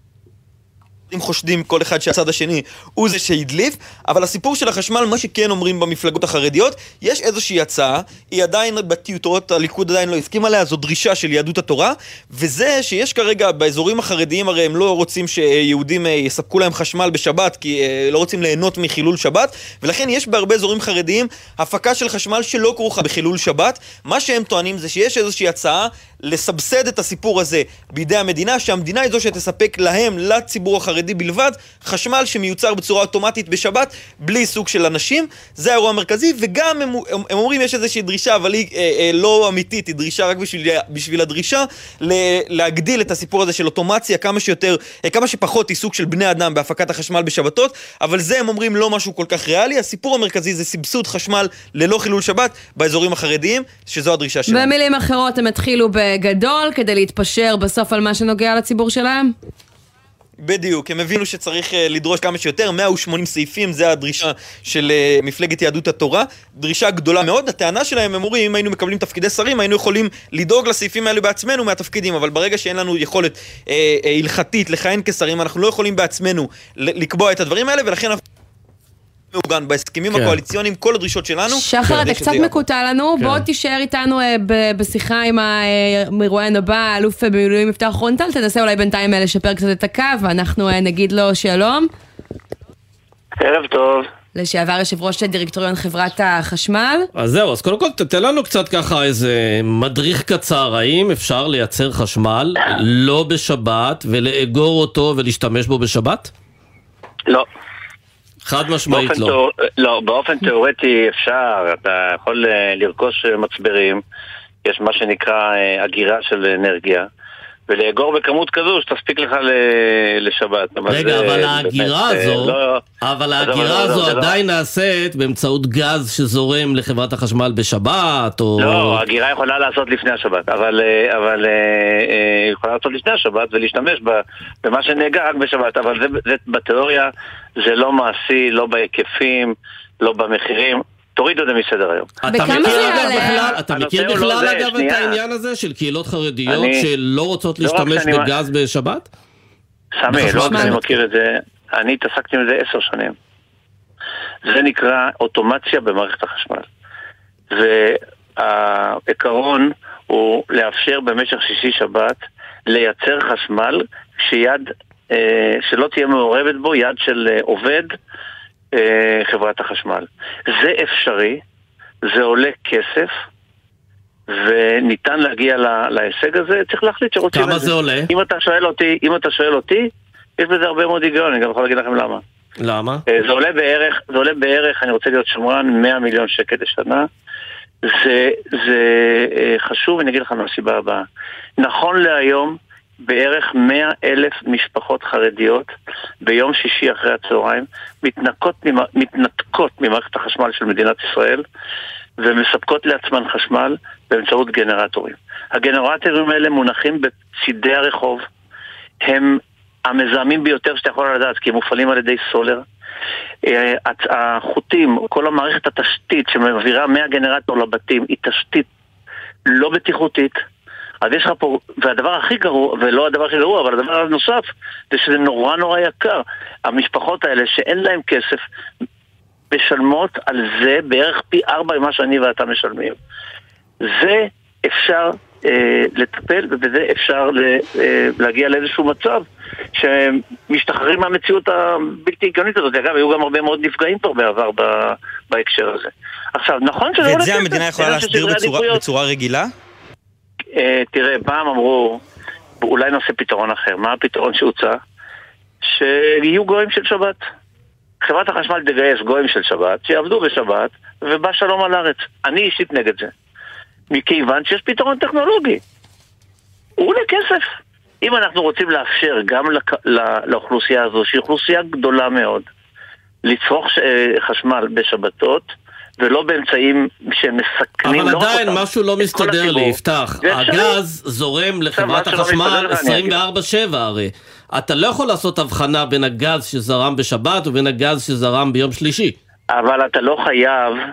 אם חושדים כל אחד שהצד השני הוא זה שהדליף, אבל הסיפור של החשמל, מה שכן אומרים במפלגות החרדיות, יש איזושהי הצעה, היא עדיין בטיוטות, הליכוד עדיין לא הסכים עליה, זו דרישה של יהדות התורה, וזה שיש כרגע באזורים החרדיים, הרי הם לא רוצים שיהודים יספקו להם חשמל בשבת, כי לא רוצים ליהנות מחילול שבת, ולכן יש בהרבה אזורים חרדיים הפקה של חשמל שלא כרוכה בחילול שבת. מה שהם טוענים זה שיש איזושהי הצעה לסבסד את הסיפור הזה בידי המדינה, שהמדינה היא זו שתספק להם, לציבור החרדי בלבד, חשמל שמיוצר בצורה אוטומטית בשבת, בלי סוג של אנשים. זה האירוע המרכזי, וגם הם אומרים יש איזושהי דרישה, אבל היא לא אמיתית, היא דרישה רק בשביל הדרישה, להגדיל את הסיפור הזה של אוטומציה, כמה שפחות עיסוק של בני אדם בהפקת החשמל בשבתות, אבל זה הם אומרים לא משהו כל כך ריאלי. הסיפור המרכזי זה סבסוד חשמל ללא חילול שבת באזורים החרדיים, שזו הדרישה שלהם. במילים אחרות, הם התחילו בגדול כדי להתפשר בסוף על מה שנוגע לציבור שלהם? בדיוק, הם הבינו שצריך לדרוש כמה שיותר, 180 סעיפים, זה הדרישה של מפלגת יהדות התורה, דרישה גדולה מאוד. הטענה שלהם, הם אומרים, אם היינו מקבלים תפקידי שרים, היינו יכולים לדאוג לסעיפים האלו בעצמנו מהתפקידים, אבל ברגע שאין לנו יכולת הלכתית לכהן כשרים, אנחנו לא יכולים בעצמנו לקבוע את הדברים האלה, ולכן מעוגן בהסכמים הקואליציוניים, כל הדרישות שלנו. שחר, אתה קצת מקוטע לנו, בוא תישאר איתנו בשיחה עם המרואיין הבא, אלוף במילואים יפתח רון-טל, תנסה אולי בינתיים לשפר קצת את הקו, ואנחנו נגיד לו שלום. ערב טוב. לשעבר יושב ראש דירקטוריון חברת החשמל. אז זהו, אז קודם כל תתן לנו קצת ככה איזה מדריך קצר, האם אפשר לייצר חשמל לא בשבת ולאגור אותו ולהשתמש בו בשבת? לא. חד משמעית לא. לא, באופן תיאורטי אפשר, אתה יכול לרכוש מצברים, יש מה שנקרא אגירה של אנרגיה, ולאגור בכמות כזו שתספיק לך לשבת. רגע, אבל ההגירה הזו עדיין נעשית באמצעות גז שזורם לחברת החשמל בשבת, או... לא, ההגירה יכולה לעשות לפני השבת, אבל יכולה לעשות לפני השבת ולהשתמש במה שנאגר רק בשבת, אבל זה בתיאוריה זה לא מעשי, לא בהיקפים, לא במחירים. תורידו את זה מסדר היום. אתה מכיר בכלל אגב את העניין הזה של קהילות חרדיות שלא רוצות להשתמש בגז בשבת? סמי, לא רק אני מכיר את זה, אני התעסקתי עם זה 10 שנים. זה נקרא אוטומציה במערכת החשמל. והעיקרון הוא לאפשר במשך שישי שבת לייצר חשמל שלא תהיה מעורבת בו יד של עובד חברת החשמל. זה אפשרי, זה עולה כסף, וניתן להגיע להישג הזה. צריך להחליט שרוצים את זה. כמה זה עולה? אם אתה שואל אותי, יש בזה הרבה מאוד היגיון, אני גם יכול להגיד לכם למה. למה? זה עולה בערך, אני רוצה להיות שמרן, 100 מיליון שקל לשנה. זה חשוב, אני אגיד לך מהסיבה הבאה. נכון להיום, בערך 100,000 משפחות חרדיות ביום שישי אחרי הצהריים מתנתקות ממערכת החשמל של מדינת ישראל ומספקות לעצמן חשמל באמצעות גנרטורים. הגנרטורים האלה מונחים בצידי הרחוב, הם המזהמים ביותר שאתה יכול לדעת, כי הם מופעלים על ידי סולר. החוטים, כל המערכת התשתית שמעבירה מהגנרטור לבתים היא תשתית לא בטיחותית. אז יש לך פה, והדבר הכי גרוע, ולא הדבר הכי גרוע, אבל הדבר הנוסף, זה שזה נורא נורא יקר. המשפחות האלה שאין להם כסף, משלמות על זה בערך פי 4 ממה שאני ואתה משלמים. זה אפשר לטפל, ובזה אפשר להגיע לאיזשהו מצב שמשתחררים מהמציאות הבלתי הגיונית הזאת. אגב, היו גם הרבה מאוד נפגעים פה בעבר בהקשר הזה. עכשיו, נכון שזה... ואת זה המדינה יכולה להסדיר בצורה רגילה? תראה, פעם אמרו, אולי נעשה פתרון אחר. מה הפתרון שהוצע? שיהיו גויים של שבת. חברת החשמל תגייס גויים של שבת, שיעבדו בשבת, ובא שלום על הארץ. אני אישית נגד זה. מכיוון שיש פתרון טכנולוגי. הוא עולה כסף. אם אנחנו רוצים לאפשר גם לאוכלוסייה הזו, שהיא אוכלוסייה גדולה מאוד, לצרוך חשמל בשבתות, ולא באמצעים שמסכנים. אבל עדיין משהו לא מסתדר לי, יפתח. הגז זורם לחברת החשמל 24/7 הרי. אתה לא יכול לעשות הבחנה בין הגז שזרם בשבת ובין הגז שזרם ביום שלישי. אבל אתה לא חייב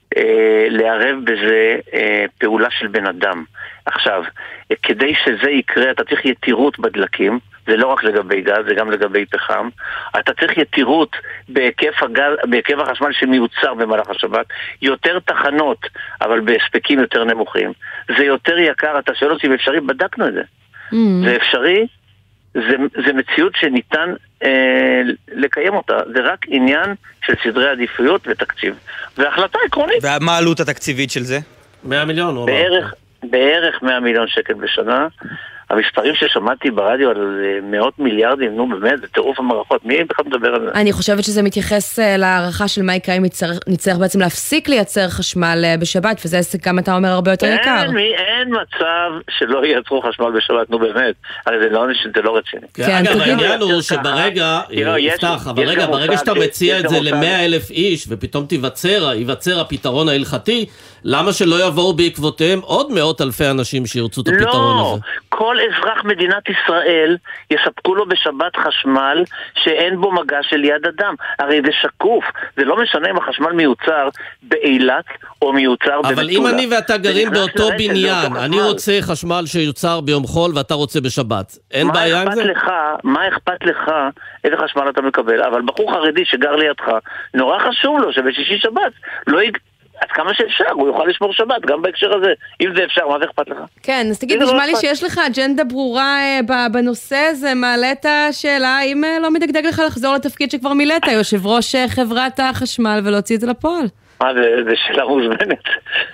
לערב בזה פעולה של בן אדם. עכשיו, כדי שזה יקרה, אתה צריך יתירות בדלקים, זה לא רק לגבי גז, זה גם לגבי פחם. אתה צריך יתירות בהיקף החשמל שמיוצר במהלך השבת, יותר תחנות, אבל בהספקים יותר נמוכים. זה יותר יקר, אתה שואל אותי אם אפשרי, בדקנו את זה. זה אפשרי, זה מציאות שניתן לקיים אותה. זה רק עניין של סדרי עדיפויות ותקציב. והחלטה עקרונית. ומה העלות התקציבית של זה? 100 מיליון. בערך 100 מיליון שקל בשנה. המספרים ששמעתי ברדיו על מאות מיליארדים, נו באמת, זה טירוף המערכות. מי בכלל מדבר על זה? אני חושבת שזה מתייחס להערכה של מה יקרה אם נצטרך בעצם להפסיק לייצר חשמל בשבת, וזה גם אתה אומר הרבה יותר יקר. אין מצב שלא ייצרו חשמל בשבת, נו באמת. הרי זה לא רציני. אגב, העניין הוא שברגע, יפתח, אבל רגע, ברגע שאתה מציע את זה ל100,000 איש, ופתאום ייווצר הפתרון ההלכתי, למה שלא יבואו בעקבותיהם עוד מאות אלפי אנשים שירצו את הפתרון הזה? לא, כל אזרח מדינת ישראל יספקו לו בשבת חשמל שאין בו מגע של יד אדם. הרי זה שקוף, זה לא משנה אם החשמל מיוצר באילת או מיוצר במטולה. אבל אם אני ואתה גרים באותו בניין, אני רוצה חשמל שיוצר ביום חול ואתה רוצה בשבת, אין בעיה עם זה? מה אכפת לך איזה חשמל אתה מקבל? אבל בחור חרדי שגר לידך, נורא חשוב לו שבשישי שבת לא עד כמה שאפשר, הוא יוכל לשמור שבת, גם בהקשר הזה. אם זה אפשר, מה זה אכפת לך? כן, אז תגיד, נשמע לי שיש לך אג'נדה ברורה בנושא הזה, מעלה את השאלה, האם לא מדגדג לך לחזור לתפקיד שכבר מילאת, יושב ראש חברת החשמל, ולהוציא את זה לפועל? זה שאלה מוזמנת.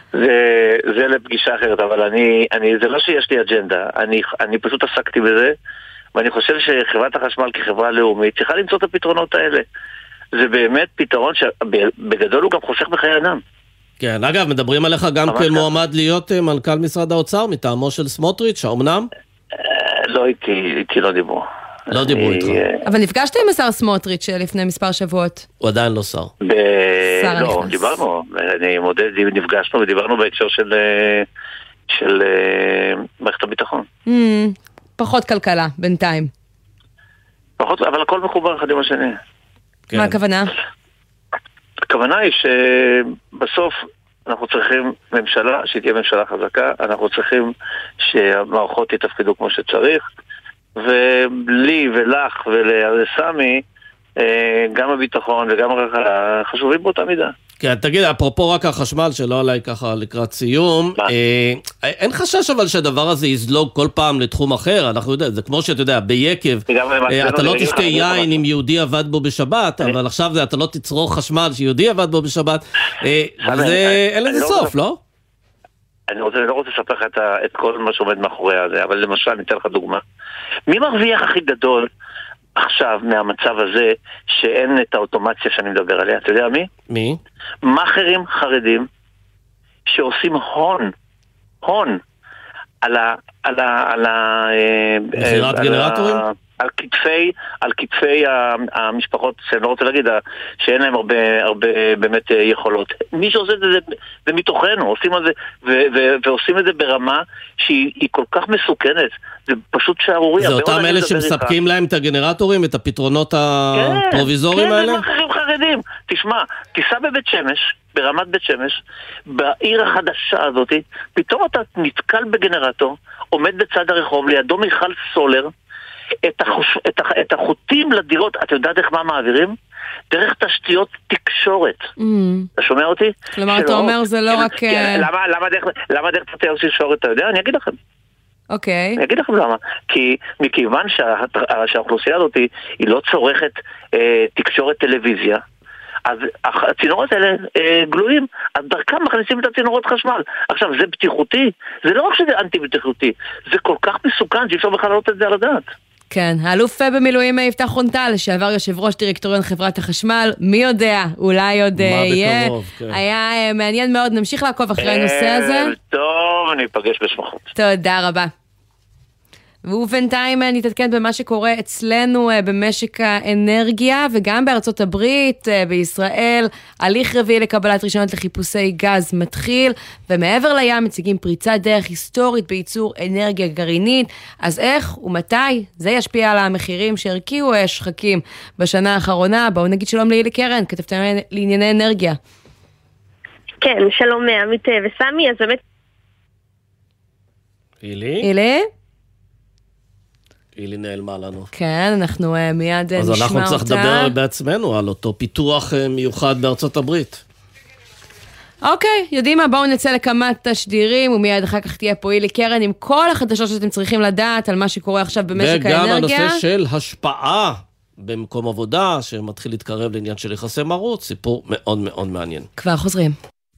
זה לפגישה אחרת, אבל זה לא שיש לי אג'נדה. אני פשוט עסקתי בזה, ואני חושב שחברת החשמל כחברה לאומית צריכה למצוא את הפתרונות האלה. זה באמת פתרון שבגדול הוא גם חוסך בחיי אדם. כן, אגב, מדברים עליך גם כמועמד להיות מנכ"ל משרד האוצר, מטעמו של סמוטריץ', האומנם? לא, איתי לא דיברו. לא דיברו איתך. אבל נפגשת עם השר סמוטריץ' לפני מספר שבועות. הוא עדיין לא שר. לא, דיברנו, אני מודה, נפגשנו ודיברנו בהקשר של מערכת הביטחון. פחות כלכלה, בינתיים. פחות, אבל הכל מחובר אחד עם השני. מה הכוונה? הכוונה היא שבסוף אנחנו צריכים ממשלה, שתהיה ממשלה חזקה, אנחנו צריכים שהמערכות יתפקדו כמו שצריך, ולי ולך ולסמי, גם הביטחון וגם הכלכלה חשובים באותה מידה. כן, תגיד, אפרופו רק החשמל, שלא עליי ככה לקראת סיום, אין חשש אבל שהדבר הזה יזלוג כל פעם לתחום אחר, אנחנו יודעים, זה כמו שאתה יודע, ביקב, אתה לא תשתה יין אם יהודי עבד בו בשבת, אבל עכשיו אתה לא תצרוך חשמל שיהודי עבד בו בשבת, אין לזה סוף, לא? אני לא רוצה לספר לך את כל מה שעומד מאחורי הזה, אבל למשל, ניתן לך דוגמה. מי מרוויח הכי גדול עכשיו מהמצב הזה שאין את האוטומציה שאני מדבר עליה? אתה יודע מי? מי? מאכערים חרדים שעושים הון על מכירת גנרטורים? על כתפי המשפחות, שאני לא רוצה להגיד, שאין להם הרבה באמת יכולות. מי שעושה את זה, זה מתוכנו, עושים את זה, ועושים את זה ברמה שהיא כל כך מסוכנת. זה פשוט שערוריה. זה אותם אלה שמספקים להם את הגנרטורים, את הפתרונות הפרוביזוריים האלה? כן, זה מאכערים חרדים. תשמע, תיסע בבית שמש, ברמת בית שמש, בעיר החדשה הזאת, פתאום אתה נתקל בגנרטור, עומד בצד הרחוב, לידו מיכל סולר, את החוטים לדירות, את יודעת איך מה מעבירים? דרך תשתיות תקשורת. אתה שומע אותי? כלומר, אתה אומר זה לא רק... למה דרך תשתיות תקשורת, אתה יודע? אני אגיד לכם. אוקיי. אני אגיד לכם למה. כי מכיוון שהאוכלוסייה הזאת היא לא צורכת תקשורת טלוויזיה, אז הצינורות האלה גלויים, אז דרכם מכניסים את הצינורות חשמל. עכשיו, זה בטיחותי? זה לא רק שזה אנטי בטיחותי, זה כל כך מסוכן שאי אפשר בכלל לעלות את זה על הדעת. כן, האלוף במילואים יפתח חונטל, שעבר יושב ראש דירקטוריון חברת החשמל, מי יודע, אולי עוד יהיה. כן. היה מעניין מאוד, נמשיך לעקוב אחרי הנושא הזה. טוב, אני אפגש בשמחות. תודה רבה. ובינתיים נתעדכן במה שקורה אצלנו במשק האנרגיה, וגם בארצות הברית, בישראל, הליך רביעי לקבלת רישיונות לחיפושי גז מתחיל, ומעבר לים מציגים פריצת דרך היסטורית בייצור אנרגיה גרעינית. אז איך ומתי זה ישפיע על המחירים שהרקיעו שחקים בשנה האחרונה? בואו נגיד שלום לילי קרן, כתבתנו לענייני אנרגיה. כן, שלום עמית וסמי, אז באמת... אילי נעלמה לנו. כן, אנחנו מיד נשמע אותה. אז אנחנו צריך לדבר בעצמנו על אותו פיתוח מיוחד בארצות הברית. אוקיי, יודעים מה? בואו נצא לכמה תשדירים, ומיד אחר כך תהיה פה אילי קרן עם כל החדשות שאתם צריכים לדעת על מה שקורה עכשיו במשק האנרגיה. וגם הנושא של השפעה במקום עבודה, שמתחיל להתקרב לעניין של יחסי מרות, סיפור מאוד מאוד מעניין. כבר חוזרים.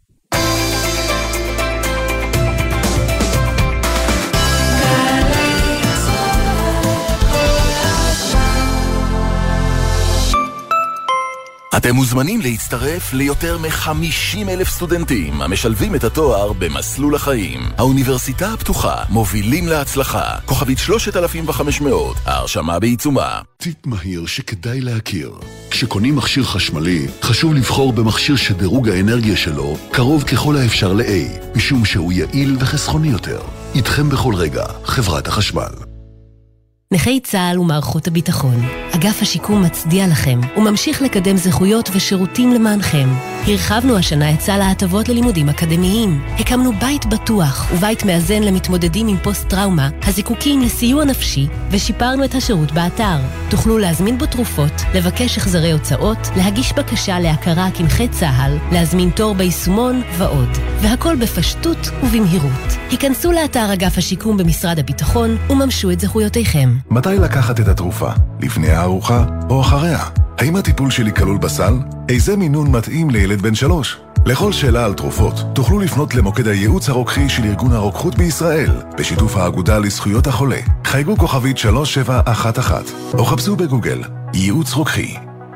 אתם מוזמנים להצטרף ליותר מ-50,000 סטודנטים המשלבים את התואר במסלול החיים. האוניברסיטה הפתוחה, מובילים להצלחה. כוכבית 3500, ההרשמה בעיצומה. טיפ מהיר שכדאי להכיר. כשקונים מכשיר חשמלי, חשוב לבחור במכשיר שדירוג האנרגיה שלו קרוב ככל האפשר ל-A, משום שהוא יעיל וחסכוני יותר. איתכם בכל רגע, חברת החשמל. נכי צה"ל ומערכות הביטחון. אגף השיקום מצדיע לכם וממשיך לקדם זכויות ושירותים למענכם. הרחבנו השנה את סל ההטבות ללימודים אקדמיים. הקמנו בית בטוח ובית מאזן למתמודדים עם פוסט-טראומה, הזיקוקים לסיוע נפשי, ושיפרנו את השירות באתר. תוכלו להזמין בו תרופות, לבקש החזרי הוצאות, להגיש בקשה להכרה כנכי צה"ל, להזמין תור ביישומון ועוד. והכל בפשטות ובמהירות. היכנסו לאתר אגף השיקום במשרד הביטחון וממשו את זכויותיכם. מתי לקחת את התרופה? לפני הארוחה או אחריה? האם הטיפול שלי כלול בסל? איזה מינון מתאים לילד בן 3? לכל שאלה על תרופות, תוכלו לפנות למוקד הייעוץ הרוקחי של ארגון הרוקחות בישראל, בשיתוף האגודה לזכויות החולה. חייגו כוכבית 3711, או חפשו בגוגל, ייעוץ רוקחי.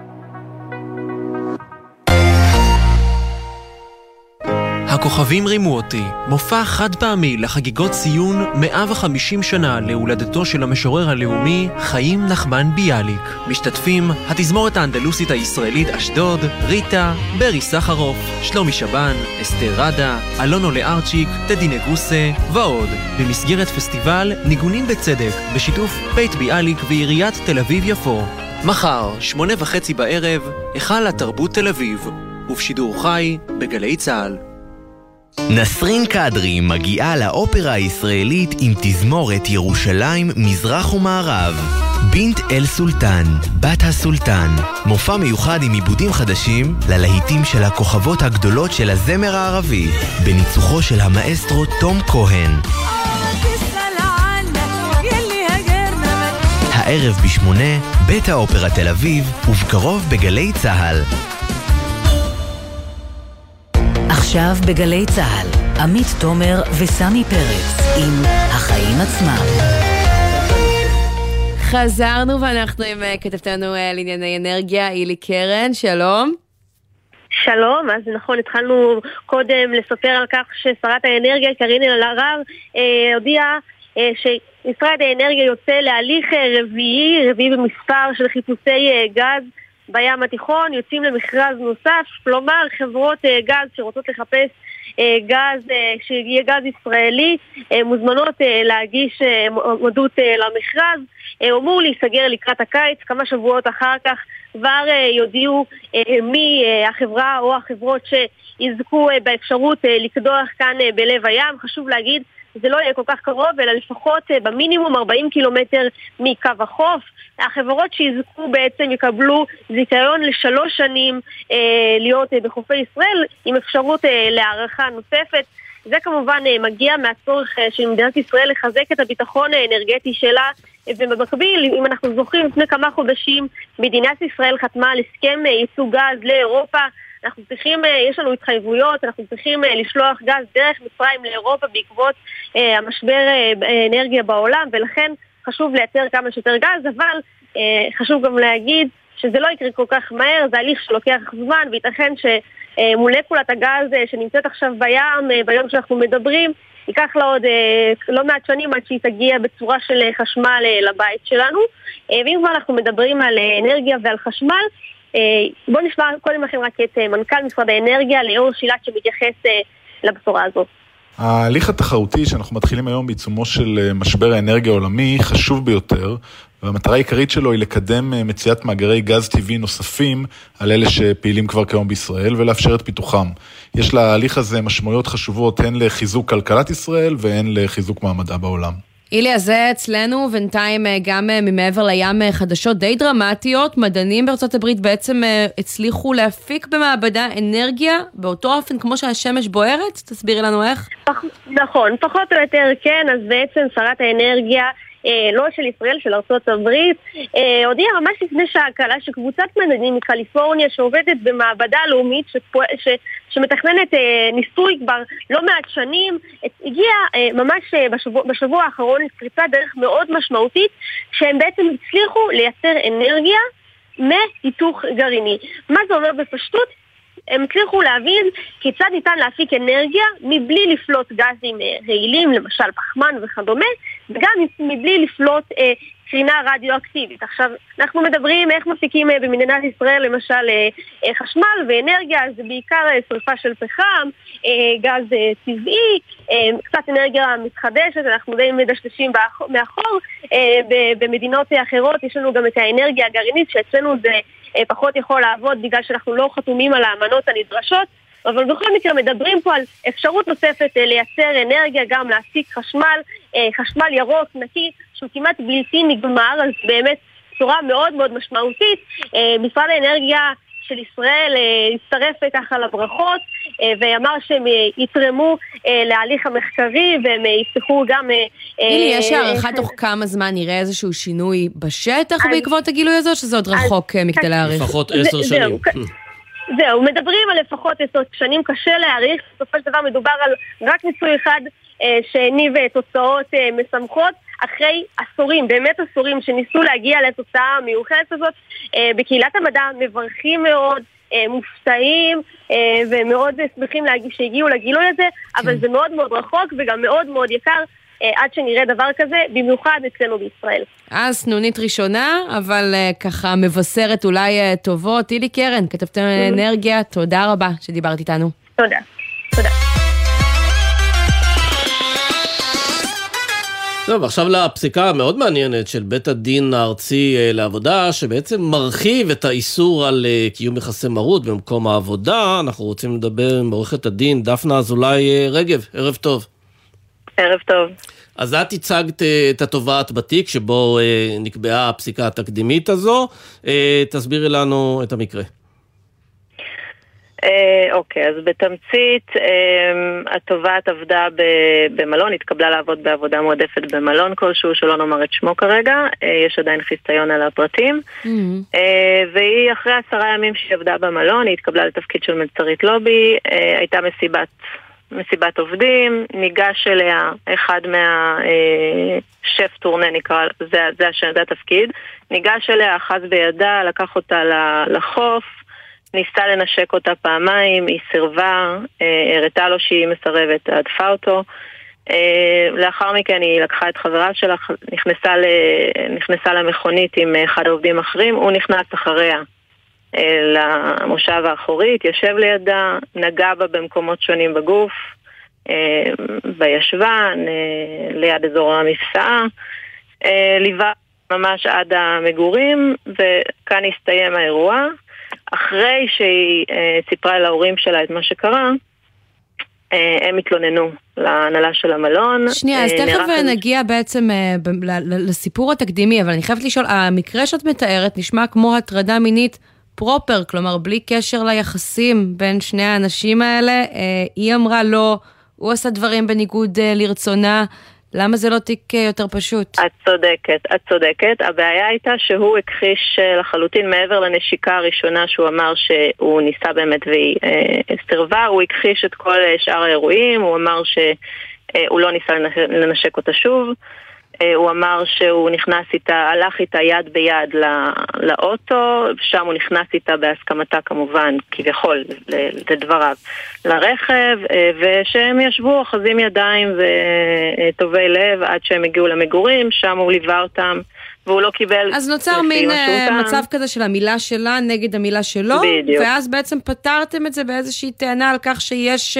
הכוכבים רימו אותי, מופע חד פעמי לחגיגות ציון 150 שנה להולדתו של המשורר הלאומי חיים נחמן ביאליק. משתתפים התזמורת האנדלוסית הישראלית אשדוד, ריטה, ברי סחרוף, שלומי שבן, אסתר רדה, אלונו לארצ'יק, טדי נגוסה ועוד, במסגרת פסטיבל ניגונים בצדק בשיתוף בית ביאליק ועיריית תל אביב יפו. מחר, 8:30 בערב, היכל התרבות תל אביב, ובשידור חי בגלי צה"ל. נסרין קדרי מגיעה לאופרה הישראלית עם תזמורת ירושלים מזרח ומערב. בינת אל סולטן, בת הסולטן. מופע מיוחד עם עיבודים חדשים ללהיטים של הכוכבות הגדולות של הזמר הערבי, בניצוחו של המאסטרו תום כהן. הערב ב8, בית האופרה תל אביב, ובקרוב בגלי צה"ל. עכשיו בגלי צה"ל, עמית תומר וסמי פרץ עם החיים עצמם. חזרנו ואנחנו עם כתבתנו לענייני אנרגיה, אילי קרן, שלום. שלום, אז נכון, התחלנו קודם לספר על כך ששרת האנרגיה קארין אלהרר הודיעה שמשרד האנרגיה יוצא להליך רביעי במספר של חיפושי גז בים התיכון, יוצאים למכרז נוסף, כלומר חברות גז שרוצות לחפש גז, שיהיה גז ישראלי, מוזמנות להגיש מועמדות למכרז, אמור להיסגר לקראת הקיץ, כמה שבועות אחר כך כבר יודיעו מי החברה או החברות שיזכו באפשרות לקדוח כאן בלב הים. חשוב להגיד, זה לא יהיה כל כך קרוב, אלא לפחות במינימום 40 קילומטר מקו החוף. החברות שיזכו בעצם יקבלו זיכיון ל3 שנים להיות בחופי ישראל, עם אפשרות להערכה נוספת. זה כמובן מגיע מהצורך של מדינת ישראל לחזק את הביטחון האנרגטי שלה, ובמקביל, אם אנחנו זוכרים, לפני כמה חודשים מדינת ישראל חתמה על הסכם ייצוא גז לאירופה. אנחנו צריכים, יש לנו התחייבויות, אנחנו צריכים לשלוח גז דרך מצרים לאירופה בעקבות המשבר האנרגיה בעולם, ולכן חשוב לייצר כמה שיותר גז, אבל חשוב גם להגיד שזה לא יקרה כל כך מהר, זה הליך שלוקח זמן, וייתכן שמולקולת הגז שנמצאת עכשיו בים, ביום שאנחנו מדברים, ייקח לה עוד לא מעט שנים עד שהיא תגיע בצורה של חשמל לבית שלנו. ואם כבר אנחנו מדברים על אנרגיה ועל חשמל, בואו נשמע קודם לכן רק את מנכ"ל משרד האנרגיה, ליאור שילת, שמתייחס לבשורה הזאת. ההליך התחרותי שאנחנו מתחילים היום בעיצומו של משבר האנרגיה העולמי חשוב ביותר, והמטרה העיקרית שלו היא לקדם מציאת מאגרי גז טבעי נוספים על אלה שפעילים כבר כיום בישראל ולאפשר את פיתוחם. יש להליך הזה משמעויות חשובות הן לחיזוק כלכלת ישראל והן לחיזוק מעמדה בעולם. אילי, אז זה אצלנו בינתיים גם ממעבר לים חדשות די דרמטיות. מדענים בארצות הברית בעצם הצליחו להפיק במעבדה אנרגיה באותו אופן כמו שהשמש בוערת? תסבירי לנו איך. נכון, פחות או יותר כן, אז בעצם שרת האנרגיה לא של ישראל, של ארצות הברית, הודיעה ממש לפני שעה קלה שקבוצת מדענים מקליפורניה שעובדת במעבדה לאומית שמתכננת ניסוי כבר לא מעט שנים, הגיעה ממש בשבוע האחרון לפריצת דרך מאוד משמעותית, שהם בעצם הצליחו לייצר אנרגיה מהיתוך גרעיני. מה זה אומר בפשטות? הם הצליחו להבין כיצד ניתן להפיק אנרגיה מבלי לפלוט גזים רעילים, למשל פחמן וכדומה, וגם מבלי לפלוט קרינה רדיואקטיבית. עכשיו, אנחנו מדברים איך מפיקים במדינת ישראל למשל חשמל ואנרגיה, זה בעיקר שריפה של פחם, גז טבעי, קצת אנרגיה מתחדשת, אנחנו די מדשדשים מאחור. במדינות אחרות יש לנו גם את האנרגיה הגרעינית, שאצלנו זה פחות יכול לעבוד בגלל שאנחנו לא חתומים על האמנות הנדרשות, אבל בכל מקרה מדברים פה על אפשרות נוספת לייצר אנרגיה, גם להפיק חשמל ירוק, נקי, שהוא כמעט בלתי נגמר, אז באמת צורה מאוד מאוד משמעותית. משרד האנרגיה של ישראל הצטרף ככה לברכות, ואמר שהם יתרמו להליך המחקרי, והם יפתחו גם... אילי, יש הערכה תוך כמה זמן נראה איזשהו שינוי בשטח בעקבות הגילוי הזה, שזה עוד רחוק מכדי להעריך? לפחות 10 שנים. זהו, מדברים על לפחות 10 שנים, קשה להעריך, בסופו של דבר מדובר על רק ניסוי אחד שהניב תוצאות משמחות, אחרי עשורים, באמת עשורים, שניסו להגיע לתוצאה המיוחדת הזאת. בקהילת המדע מברכים מאוד, מופתעים ומאוד שמחים שהגיעו לגילוי הזה, אבל זה מאוד מאוד רחוק וגם מאוד מאוד יקר עד שנראה דבר כזה, במיוחד אצלנו בישראל. אז סנונית ראשונה, אבל ככה מבשרת אולי טובות. אילי קרן, כתבתם אנרגיה, תודה רבה שדיברת איתנו. תודה. תודה. טוב, עכשיו לפסיקה המאוד מעניינת של בית הדין הארצי לעבודה, שבעצם מרחיב את האיסור על קיום יחסי מרות במקום העבודה. אנחנו רוצים לדבר עם עורכת הדין דפנה אזולאי רגב. ערב טוב. ערב טוב. אז את הצגת את התובעת בתיק שבו נקבעה הפסיקה התקדימית הזו. תסבירי לנו את המקרה. אוקיי, אז בתמצית, התובעת עבדה במלון, התקבלה לעבוד בעבודה מועדפת במלון כלשהו, שלא נאמר את שמו כרגע, יש עדיין חיסיון על הפרטים, והיא אחרי 10 ימים שהיא עבדה במלון, היא התקבלה לתפקיד של מלצרית לובי, הייתה מסיבת עובדים, ניגש אליה אחד שף טורנה נקרא, זה התפקיד, ניגש אליה, אחז בידה, לקח אותה לחוף, ניסה לנשק אותה פעמיים, היא סירבה, הראתה לו שהיא מסרבת, עדפה אותו. לאחר מכן היא לקחה את חברה שלה, נכנסה למכונית עם אחד העובדים אחרים, הוא נכנס אחריה למושב האחורי, התיישב לידה, נגע בה במקומות שונים בגוף, בישבן, ליד אזור המפסעה, ליווה ממש עד המגורים, וכאן הסתיים האירוע. אחרי שהיא סיפרה להורים שלה את מה שקרה, הם התלוננו להנהלה של המלון. שנייה, אז תכף נגיע בעצם לסיפור התקדימי, אבל אני חייבת לשאול, המקרה שאת מתארת נשמע כמו הטרדה מינית פרופר, כלומר בלי קשר ליחסים בין שני האנשים האלה, היא אמרה לא, הוא עשה דברים בניגוד לרצונה, למה זה לא תיק יותר פשוט? את צודקת. הבעיה הייתה שהוא הכחיש לחלוטין מעבר לנשיקה הראשונה שהוא אמר שהוא ניסה באמת והיא סירבה, הוא הכחיש את כל שאר האירועים, הוא אמר שהוא לא ניסה לנשק אותה שוב, הוא אמר שהוא נכנס איתה, הלך איתה יד ביד לאוטו, שם הוא נכנס איתה בהסכמתה כמובן, כביכול, לדבריו, לרכב, ושהם ישבו אחזים ידיים וטובי לב עד שהם הגיעו למגורים, שם הוא ליווה אותם, והוא לא קיבל... אז נוצר מין מצב כזה של המילה שלה נגד המילה שלו, בדיוק. ואז בעצם פתרתם את זה באיזושהי טענה על כך שיש...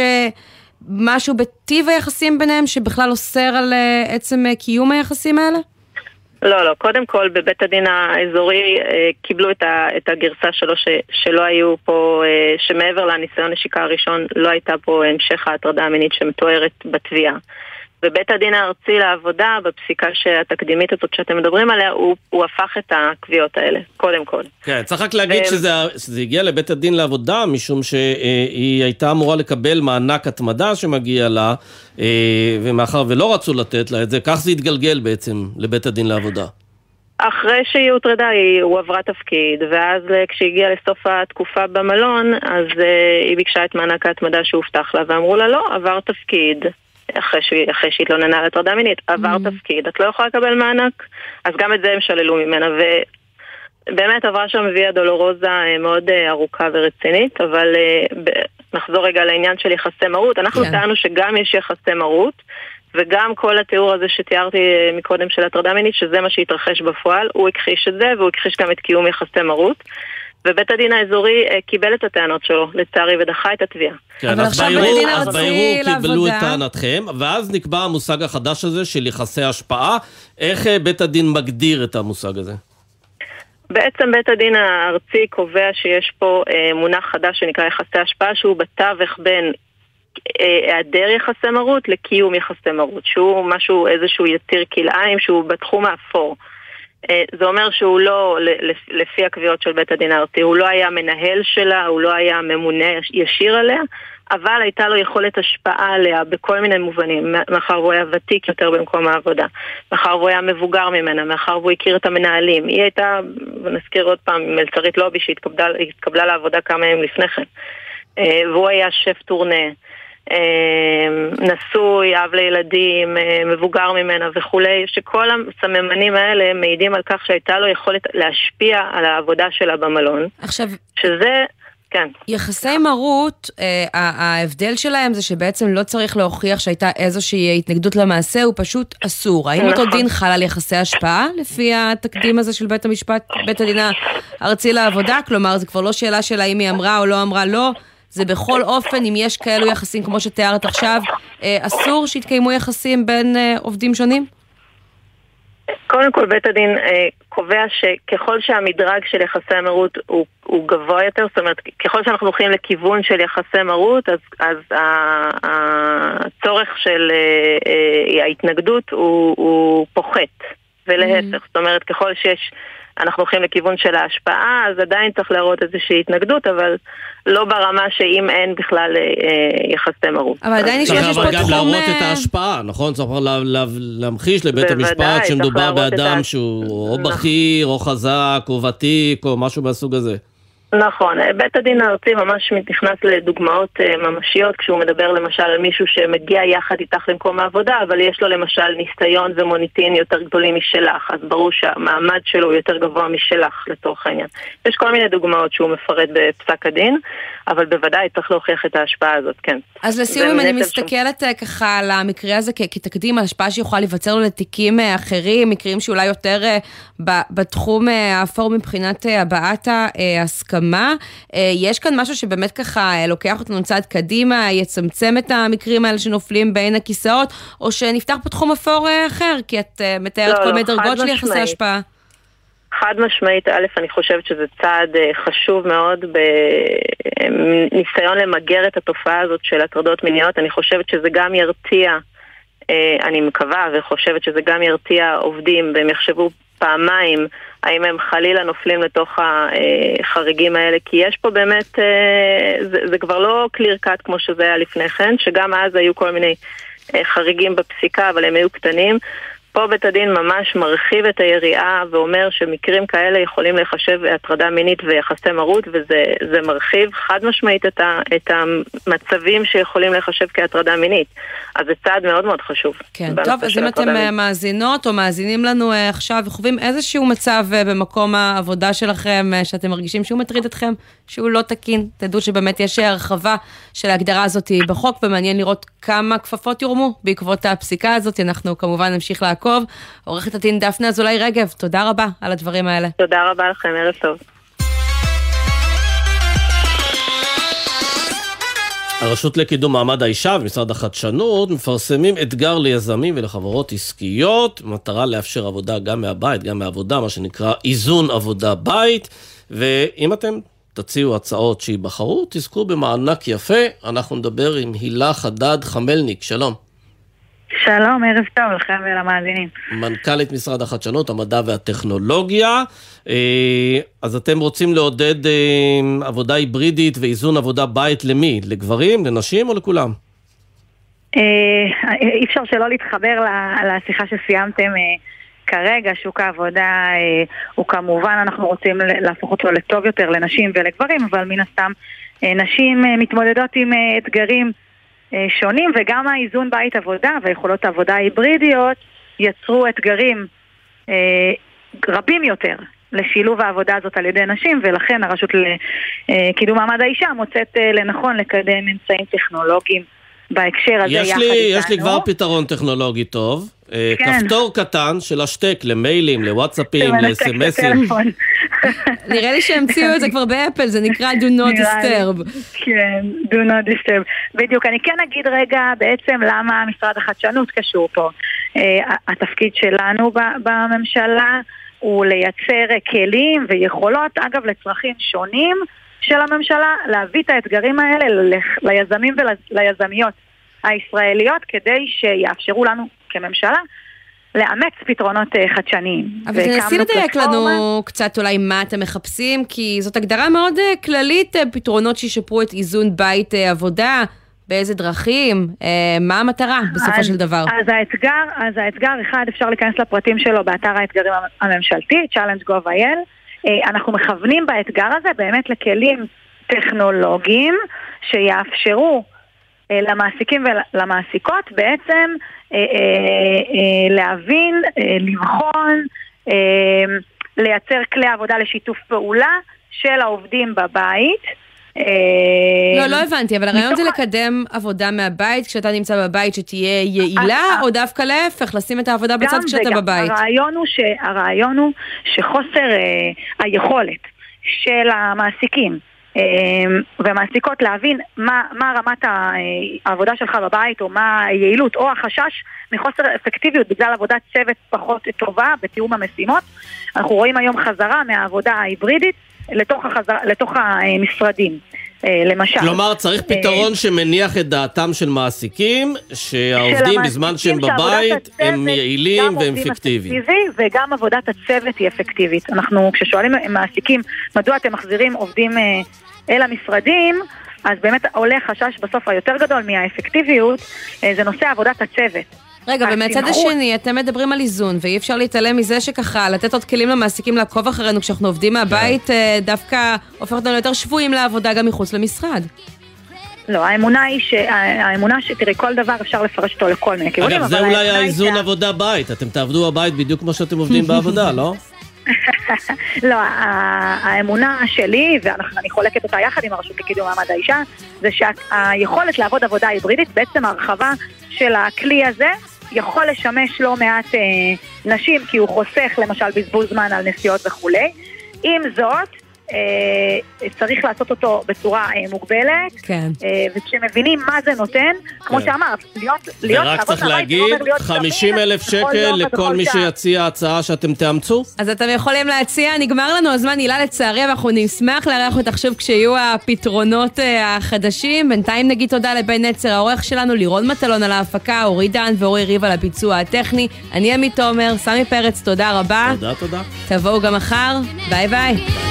משהו בטיב היחסים ביניהם שבכלל אוסר על עצם קיום היחסים האלה? לא, קודם כל בבית הדין האזורי קיבלו את הגרסה שלו שלא היו פה, שמעבר לניסיון נשיקה הראשון לא הייתה פה המשך ההטרדה המינית שמתוארת בתביעה. בבית הדין הארצי לעבודה, בפסיקה התקדימית הזאת שאתם מדברים עליה, הוא הפך את הקביעות האלה, קודם כל. כן, צריך רק להגיד שזה הגיע לבית הדין לעבודה, משום שהיא הייתה אמורה לקבל מענק התמדה שמגיע לה, ומאחר ולא רצו לתת לה את זה, כך זה התגלגל בעצם לבית הדין לעבודה. אחרי שהיא הוטרדה, הוא עברה תפקיד, ואז כשהגיעה לסוף התקופה במלון, אז היא ביקשה את מענק ההתמדה שהובטח לה, ואמרו לה, לא, עבר תפקיד. אחרי שהיא התלוננה על הטרדה מינית, עבר תפקיד, את לא יכולה לקבל מענק, אז גם את זה הם שללו ממנה, ובאמת עברה שם ויה דולורוזה מאוד ארוכה ורצינית, אבל נחזור רגע לעניין של יחסי מרות, אנחנו טענו שגם יש יחסי מרות, וגם כל התיאור הזה שתיארתי מקודם של הטרדה מינית, שזה מה שהתרחש בפועל, הוא הכחיש את זה, והוא הכחיש גם את קיום יחסי מרות, ובית הדין האזורי קיבל את הטענות שלו, לצערי, ודחה את התביעה. כן, אז בערעור קיבלו את טענתכם, ואז נקבע המושג החדש הזה של יחסי השפעה. איך בית הדין מגדיר את המושג הזה? בעצם בית הדין הארצי קובע שיש פה מונח חדש שנקרא יחסי השפעה, שהוא בתווך בין היעדר יחסי מרות לקיום יחסי מרות, שהוא משהו, איזשהו יתיר כלאיים, שהוא בתחום האפור. זה אומר שהוא לא, לפי הקביעות של בית הדין הארצי, הוא לא היה מנהל שלה, הוא לא היה ממונה ישיר עליה, אבל הייתה לו יכולת השפעה עליה בכל מיני מובנים, מאחר הוא היה ותיק יותר במקום העבודה, מאחר הוא היה מבוגר ממנה, מאחר הוא הכיר את המנהלים. היא הייתה, ונזכיר עוד פעם, מלצרית לובי שהתקבלה לעבודה כמה ימים לפני כן, והוא היה שף טורנה, נשוי, אב לילדים, מבוגר ממנה וכולי, שכל הסממנים האלה מעידים על כך שהייתה לו יכולת להשפיע על העבודה שלה במלון. עכשיו, שזה, כן. יחסי מרות, ההבדל שלהם זה שבעצם לא צריך להוכיח שהייתה איזושהי התנגדות למעשה, הוא פשוט אסור. האם אותו דין חל על יחסי השפעה לפי התקדים הזה של בית המשפט, בית הדין הארצי לעבודה? כלומר, זה כבר לא שאלה של האם היא אמרה או לא אמרה לא, זה בכל אופן, אם יש כאלו יחסים כמו שתיארת עכשיו, אסור שהתקיימו יחסים בין עובדים שונים? קודם כל בית הדין קובע שככל שהמדרג של יחסי המרות הוא גבוה יותר, זאת אומרת, ככל שאנחנו הולכים לכיוון של יחסי מרות, אז הצורך של ההתנגדות הוא פוחת, ולהפך, זאת אומרת, ככל שיש אנחנו הולכים לכיוון של ההשפעה, אז עדיין צריך להראות איזושהי התנגדות, אבל לא ברמה שאם אין בכלל יחסי מרות. אבל עדיין יש פה תחום... אבל גם להראות את ההשפעה, נכון? צריך להמחיש לבית המשפט שמדובר באדם שהוא או בכיר, או חזק, או ותיק, או משהו מהסוג הזה. נכון, בית הדין הארצי ממש נכנס לדוגמאות ממשיות, כשהוא מדבר למשל על מישהו שמגיע יחד איתך למקום העבודה, אבל יש לו למשל ניסיון ומוניטין יותר גדולים משלך, אז ברור שהמעמד שלו הוא יותר גבוה משלך לתוך העניין. יש כל מיני דוגמאות שהוא מפרט בפסק הדין, אבל בוודאי צריך להוכיח את ההשפעה הזאת, כן. אז לסיום, אם אני מסתכלת ככה על המקרה הזה כתקדים, ההשפעה שיכולה להיווצר לו לתיקים אחרים, מקרים שאולי יותר בתחום האפור מבחינת הבעת ההסכמה, יש כאן משהו שבאמת ככה לוקח אותנו צעד קדימה, יצמצם את המקרים האלה שנופלים בין הכיסאות, או שנפתח פה תחום אפור אחר, כי את מתארת כל מיני דרגות של יחסי השפעה. חד משמעית, א', אני חושבת שזה צעד חשוב מאוד בניסיון למגר את התופעה הזאת של הטרדות מיניות. אני חושבת שזה גם ירתיע, אני מקווה וחושבת שזה גם ירתיע עובדים, והם יחשבו פעמיים האם הם חלילה נופלים לתוך החריגים האלה, כי יש פה באמת, זה כבר לא קליר קאט כמו שזה היה לפני כן, שגם אז היו כל מיני חריגים בפסיקה, אבל הם היו קטנים. פה בית הדין ממש מרחיב את היריעה ואומר שמקרים כאלה יכולים לחשב הטרדה מינית ויחסי מרות, וזה מרחיב חד משמעית את המצבים שיכולים לחשב כהטרדה מינית. אז זה צעד מאוד מאוד חשוב. כן, טוב, אז אם אתם מאזינות או מאזינים לנו עכשיו וחווים איזשהו מצב במקום העבודה שלכם, שאתם מרגישים שהוא מטריד אתכם, שהוא לא תקין, תדעו שבאמת יש הרחבה של ההגדרה הזאת בחוק, ומעניין לראות כמה כפפות יורמו בעקבות הפסיקה הזאת. אנחנו כמובן נמשיך לעקוב. עורכת הדין דפנה אזולאי רגב, תודה רבה על הדברים האלה. תודה רבה לכם, ערב טוב. הרשות לקידום מעמד האישה ומשרד החדשנות מפרסמים אתגר ליזמים ולחברות עסקיות, מטרה לאפשר עבודה גם מהבית, גם מהעבודה, מה שנקרא איזון עבודה-בית, ואם אתם תציעו הצעות שיבחרו, תזכו במענק יפה. אנחנו נדבר עם הילה חדד חמלניק, שלום. שלום, ערב טוב לכם ולמאזינים. מנכ"לית משרד החדשנות, המדע והטכנולוגיה. אז אתם רוצים לעודד עבודה היברידית ואיזון עבודה בית למי? לגברים, לנשים או לכולם? אי אפשר שלא להתחבר לשיחה שסיימתם כרגע. שוק העבודה הוא כמובן, אנחנו רוצים להפוך אותו לטוב יותר לנשים ולגברים, אבל מן הסתם נשים מתמודדות עם אתגרים שונים, וגם האיזון בית עבודה ויכולות העבודה ההיברידיות יצרו אתגרים רבים יותר לשילוב העבודה הזאת על ידי נשים, ולכן הרשות לקידום מעמד האישה מוצאת לנכון לקדם אמצעים טכנולוגיים בהקשר הזה יחד איתנו. יש לי כבר פתרון טכנולוגי טוב, כפתור קטן של השתק למיילים, לוואטסאפים, לסמסים. נראה לי שהמציאו את זה כבר באפל, זה נקרא Do Not Disturb. כן, Do Not Disturb. בדיוק, אני כן אגיד רגע בעצם למה משרד החדשנות קשור פה. התפקיד שלנו בממשלה הוא לייצר כלים ויכולות, אגב לצרכים שונים של הממשלה, להביא את האתגרים האלה ליזמים וליזמיות הישראליות, כדי שיאפשרו לנו כממשלה לאמץ פתרונות חדשניים. אבל תנסי לדייק לנו קצת אולי מה אתם מחפשים, כי זאת הגדרה מאוד כללית, פתרונות שישפרו את איזון בית עבודה, באיזה דרכים, מה המטרה בסופו של דבר? אז האתגר אחד, אפשר להיכנס לפרטים שלו באתר האתגרים הממשלתי, challenge.gov.il. אנחנו מכוונים באתגר הזה באמת לכלים טכנולוגיים שיאפשרו למעסיקים ולמעסיקות בעצם להבין, לבחון, לייצר כלי עבודה לשיתוף פעולה של העובדים בבית. לא הבנתי, אבל הרעיון זה לקדם עבודה מהבית, כשאתה נמצא בבית שתהיה יעילה, או דווקא להפך, לשים את העבודה בצד כשאתה בבית? הרעיון הוא שחוסר היכולת של המעסיקים ומעסיקות להבין מה רמת העבודה שלך בבית, או מה היעילות, או החשש מחוסר אפקטיביות בגלל עבודת צוות פחות טובה בתיאום המשימות. אנחנו רואים היום חזרה מהעבודה ההיברידית לתוך המשרדים, למשל. כלומר, צריך פתרון שמניח את דעתם של מעסיקים, שהעובדים בזמן שהם בבית הם יעילים והם אפקטיביים. וגם עבודת הצוות היא אפקטיבית. אנחנו, כששואלים מעסיקים, מדוע אתם מחזירים עובדים אל המשרדים, אז באמת עולה חשש בסוף היותר גדול מהאפקטיביות, זה נושא עבודת הצוות. רגע, ומצד השני, אתם מדברים על איזון, ואי אפשר להתעלם מזה שככה, לתת עוד כלים למעסיקים לעקוב אחרינו כשאנחנו עובדים מהבית, דווקא הופך אותנו יותר שבויים לעבודה גם מחוץ למשרד. לא, האמונה שתראי, כל דבר אפשר לפרש אותו לכל מיני כיוונים. אגב, זה אולי האיזון עבודה בית, אתם תעבדו בבית בדיוק כמו שאתם עובדים בעבודה, לא? לא, האמונה שלי, ואני חולקת אותה יחד עם הרשות לקידום מעמד האישה, זה שהיכולת לעבוד עבודה היברידית, בעצם ההרחבה של הכלי הזה, יכול לשמש לא מעט נשים, כי הוא חוסך למשל בזבוז זמן על נסיעות וכו'. עם זאת, צריך לעשות אותו בצורה מוגבלת, וכשמבינים מה זה נותן, כמו שאמרת, ורק צריך להגיד, 50,000 שקל לכל מי שיציע הצעה שאתם תאמצו? אז אתם יכולים להציע, נגמר לנו הזמן, הילה, לצערי, ואנחנו נשמח לארח אותך שוב כשיהיו הפתרונות החדשים. בינתיים נגיד תודה לבן נצר, העורך שלנו, לירון מטלון על ההפקה, אורי דן ואורי ריב על הביצוע הטכני. אני עמית תומר, סמי פרץ, תודה רבה. תודה. תבואו גם מחר, ביי ביי.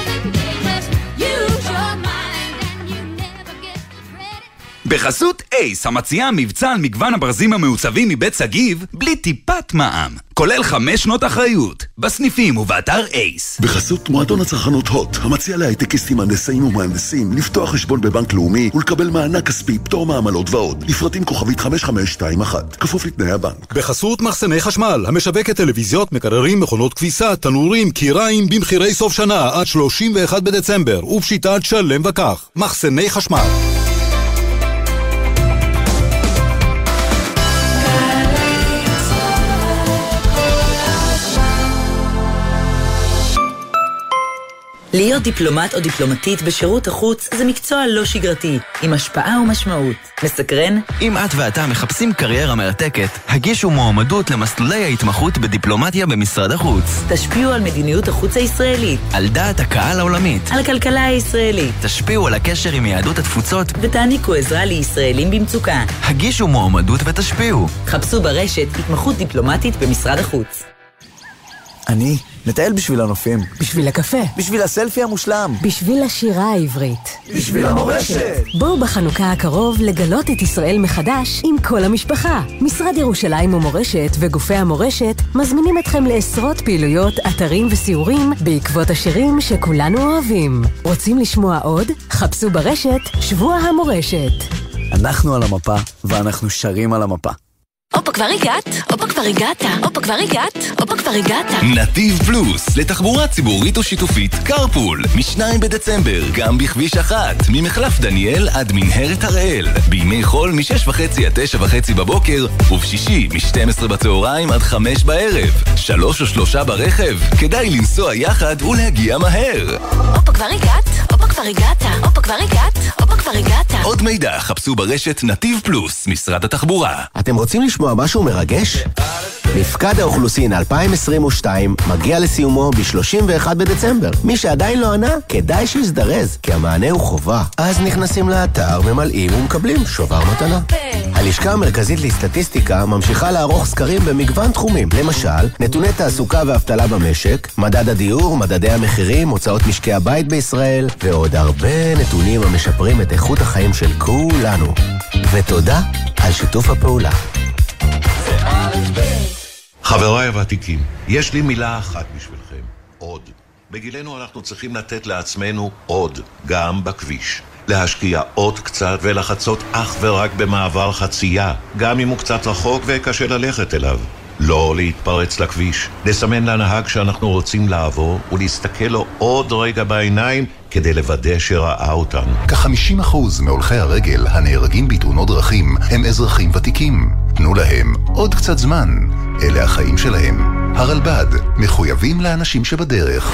בחסות אייס, המציעה מבצע על מגוון הברזים המעוצבים מבית סגיב, בלי טיפת מע"מ, כולל 5 שנות אחריות, בסניפים ובאתר אייס. בחסות מועדון הצרכנות הוט, המציע להייטקיסטים, הנדסאים ומהנדסים, לפתוח חשבון בבנק לאומי ולקבל מענק כספי, פטור מעמלות ועוד. לפרטים כוכבית 5521, כפוף לתנאי הבנק. בחסות מחסני חשמל, המשווקת טלוויזיות, מקררים, מכונות כביסה, תנורים, קיריים, במחירי סוף שנה עד 31 בדצמבר, ובשיטת שלם וכך. מחסני חשמל. להיות דיפלומט או דיפלומטית בשירות החוץ זה מקצוע לא שגרתי, עם השפעה ומשמעות. מסקרן? אם את ואתה מחפשים קריירה מרתקת, הגישו מועמדות למסלולי ההתמחות בדיפלומטיה במשרד החוץ. תשפיעו על מדיניות החוץ הישראלית, על דעת הקהל העולמית, על הכלכלה הישראלית. תשפיעו על הקשר עם יהדות התפוצות, ותעניקו עזרה לישראלים במצוקה. הגישו מועמדות ותשפיעו. חפשו ברשת התמחות דיפלומטית במשרד החוץ. אני נטייל בשביל הנופים. בשביל הקפה. בשביל הסלפי המושלם. בשביל השירה העברית. בשביל המורשת. בואו בחנוכה הקרוב לגלות את ישראל מחדש עם כל המשפחה. משרד ירושלים ומורשת וגופי המורשת מזמינים אתכם לעשרות פעילויות, אתרים וסיורים בעקבות השירים שכולנו אוהבים. רוצים לשמוע עוד? חפשו ברשת שבוע המורשת. אנחנו על המפה ואנחנו שרים על המפה. אופה כבר הגעת, אופה כבר הגעת, אופה כבר הגעת, אופה כבר הגעת. נתיב פלוס, לתחבורה ציבורית ושיתופית, קרפול, מ-2 בדצמבר, גם בכביש 1, ממחלף דניאל עד מנהרת הראל, בימי חול מ-6:30 עד 9:30 בבוקר, ובשישי מ-12 בצהריים עד 5 בערב. 3 או 3 ברכב, כדאי לנסוע יחד ולהגיע מהר. אופה כבר הגעת, אופה כבר הגעת, אופה כבר הגעת, אופה כבר הגעת. עוד מידע חפשו ברשת נתיב פלוס, משרד התחבורה. אתם רוצים לשמוע משהו מרגש? מפקד האוכלוסין 2022 מגיע לסיומו ב-31 בדצמבר. מי שעדיין לא ענה, כדאי שיזדרז, כי המענה הוא חובה. אז נכנסים לאתר, ממלאים ומקבלים שובר מתנה. הלשכה המרכזית לסטטיסטיקה ממשיכה לערוך סקרים במגוון תחומים. למשל, נתוני תעסוקה ואבטלה במשק, מדד הדיור, מדדי המחירים, הוצאות משקי הבית בישראל, ועוד הרבה נתונים המשפרים את איכות החיים של כולנו. ותודה על שיתוף הפעולה. חבריי הוותיקים, יש לי מילה אחת בשבילכם, עוד. בגילנו אנחנו צריכים לתת לעצמנו עוד, גם בכביש. להשקיע עוד קצת ולחצות אך ורק במעבר חצייה, גם אם הוא קצת רחוק וקשה ללכת אליו. לא להתפרץ לכביש, לסמן לנהג שאנחנו רוצים לעבור ולהסתכל לו עוד רגע בעיניים כדי לוודא שראה אותנו. כ-50% מהולכי הרגל הנהרגים בתאונות דרכים הם אזרחים ותיקים. תנו להם עוד קצת זמן. אלה החיים שלהם. הרלב"ד, מחויבים לאנשים שבדרך.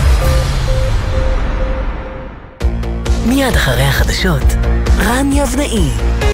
מיד אחרי החדשות, רן יבנאי.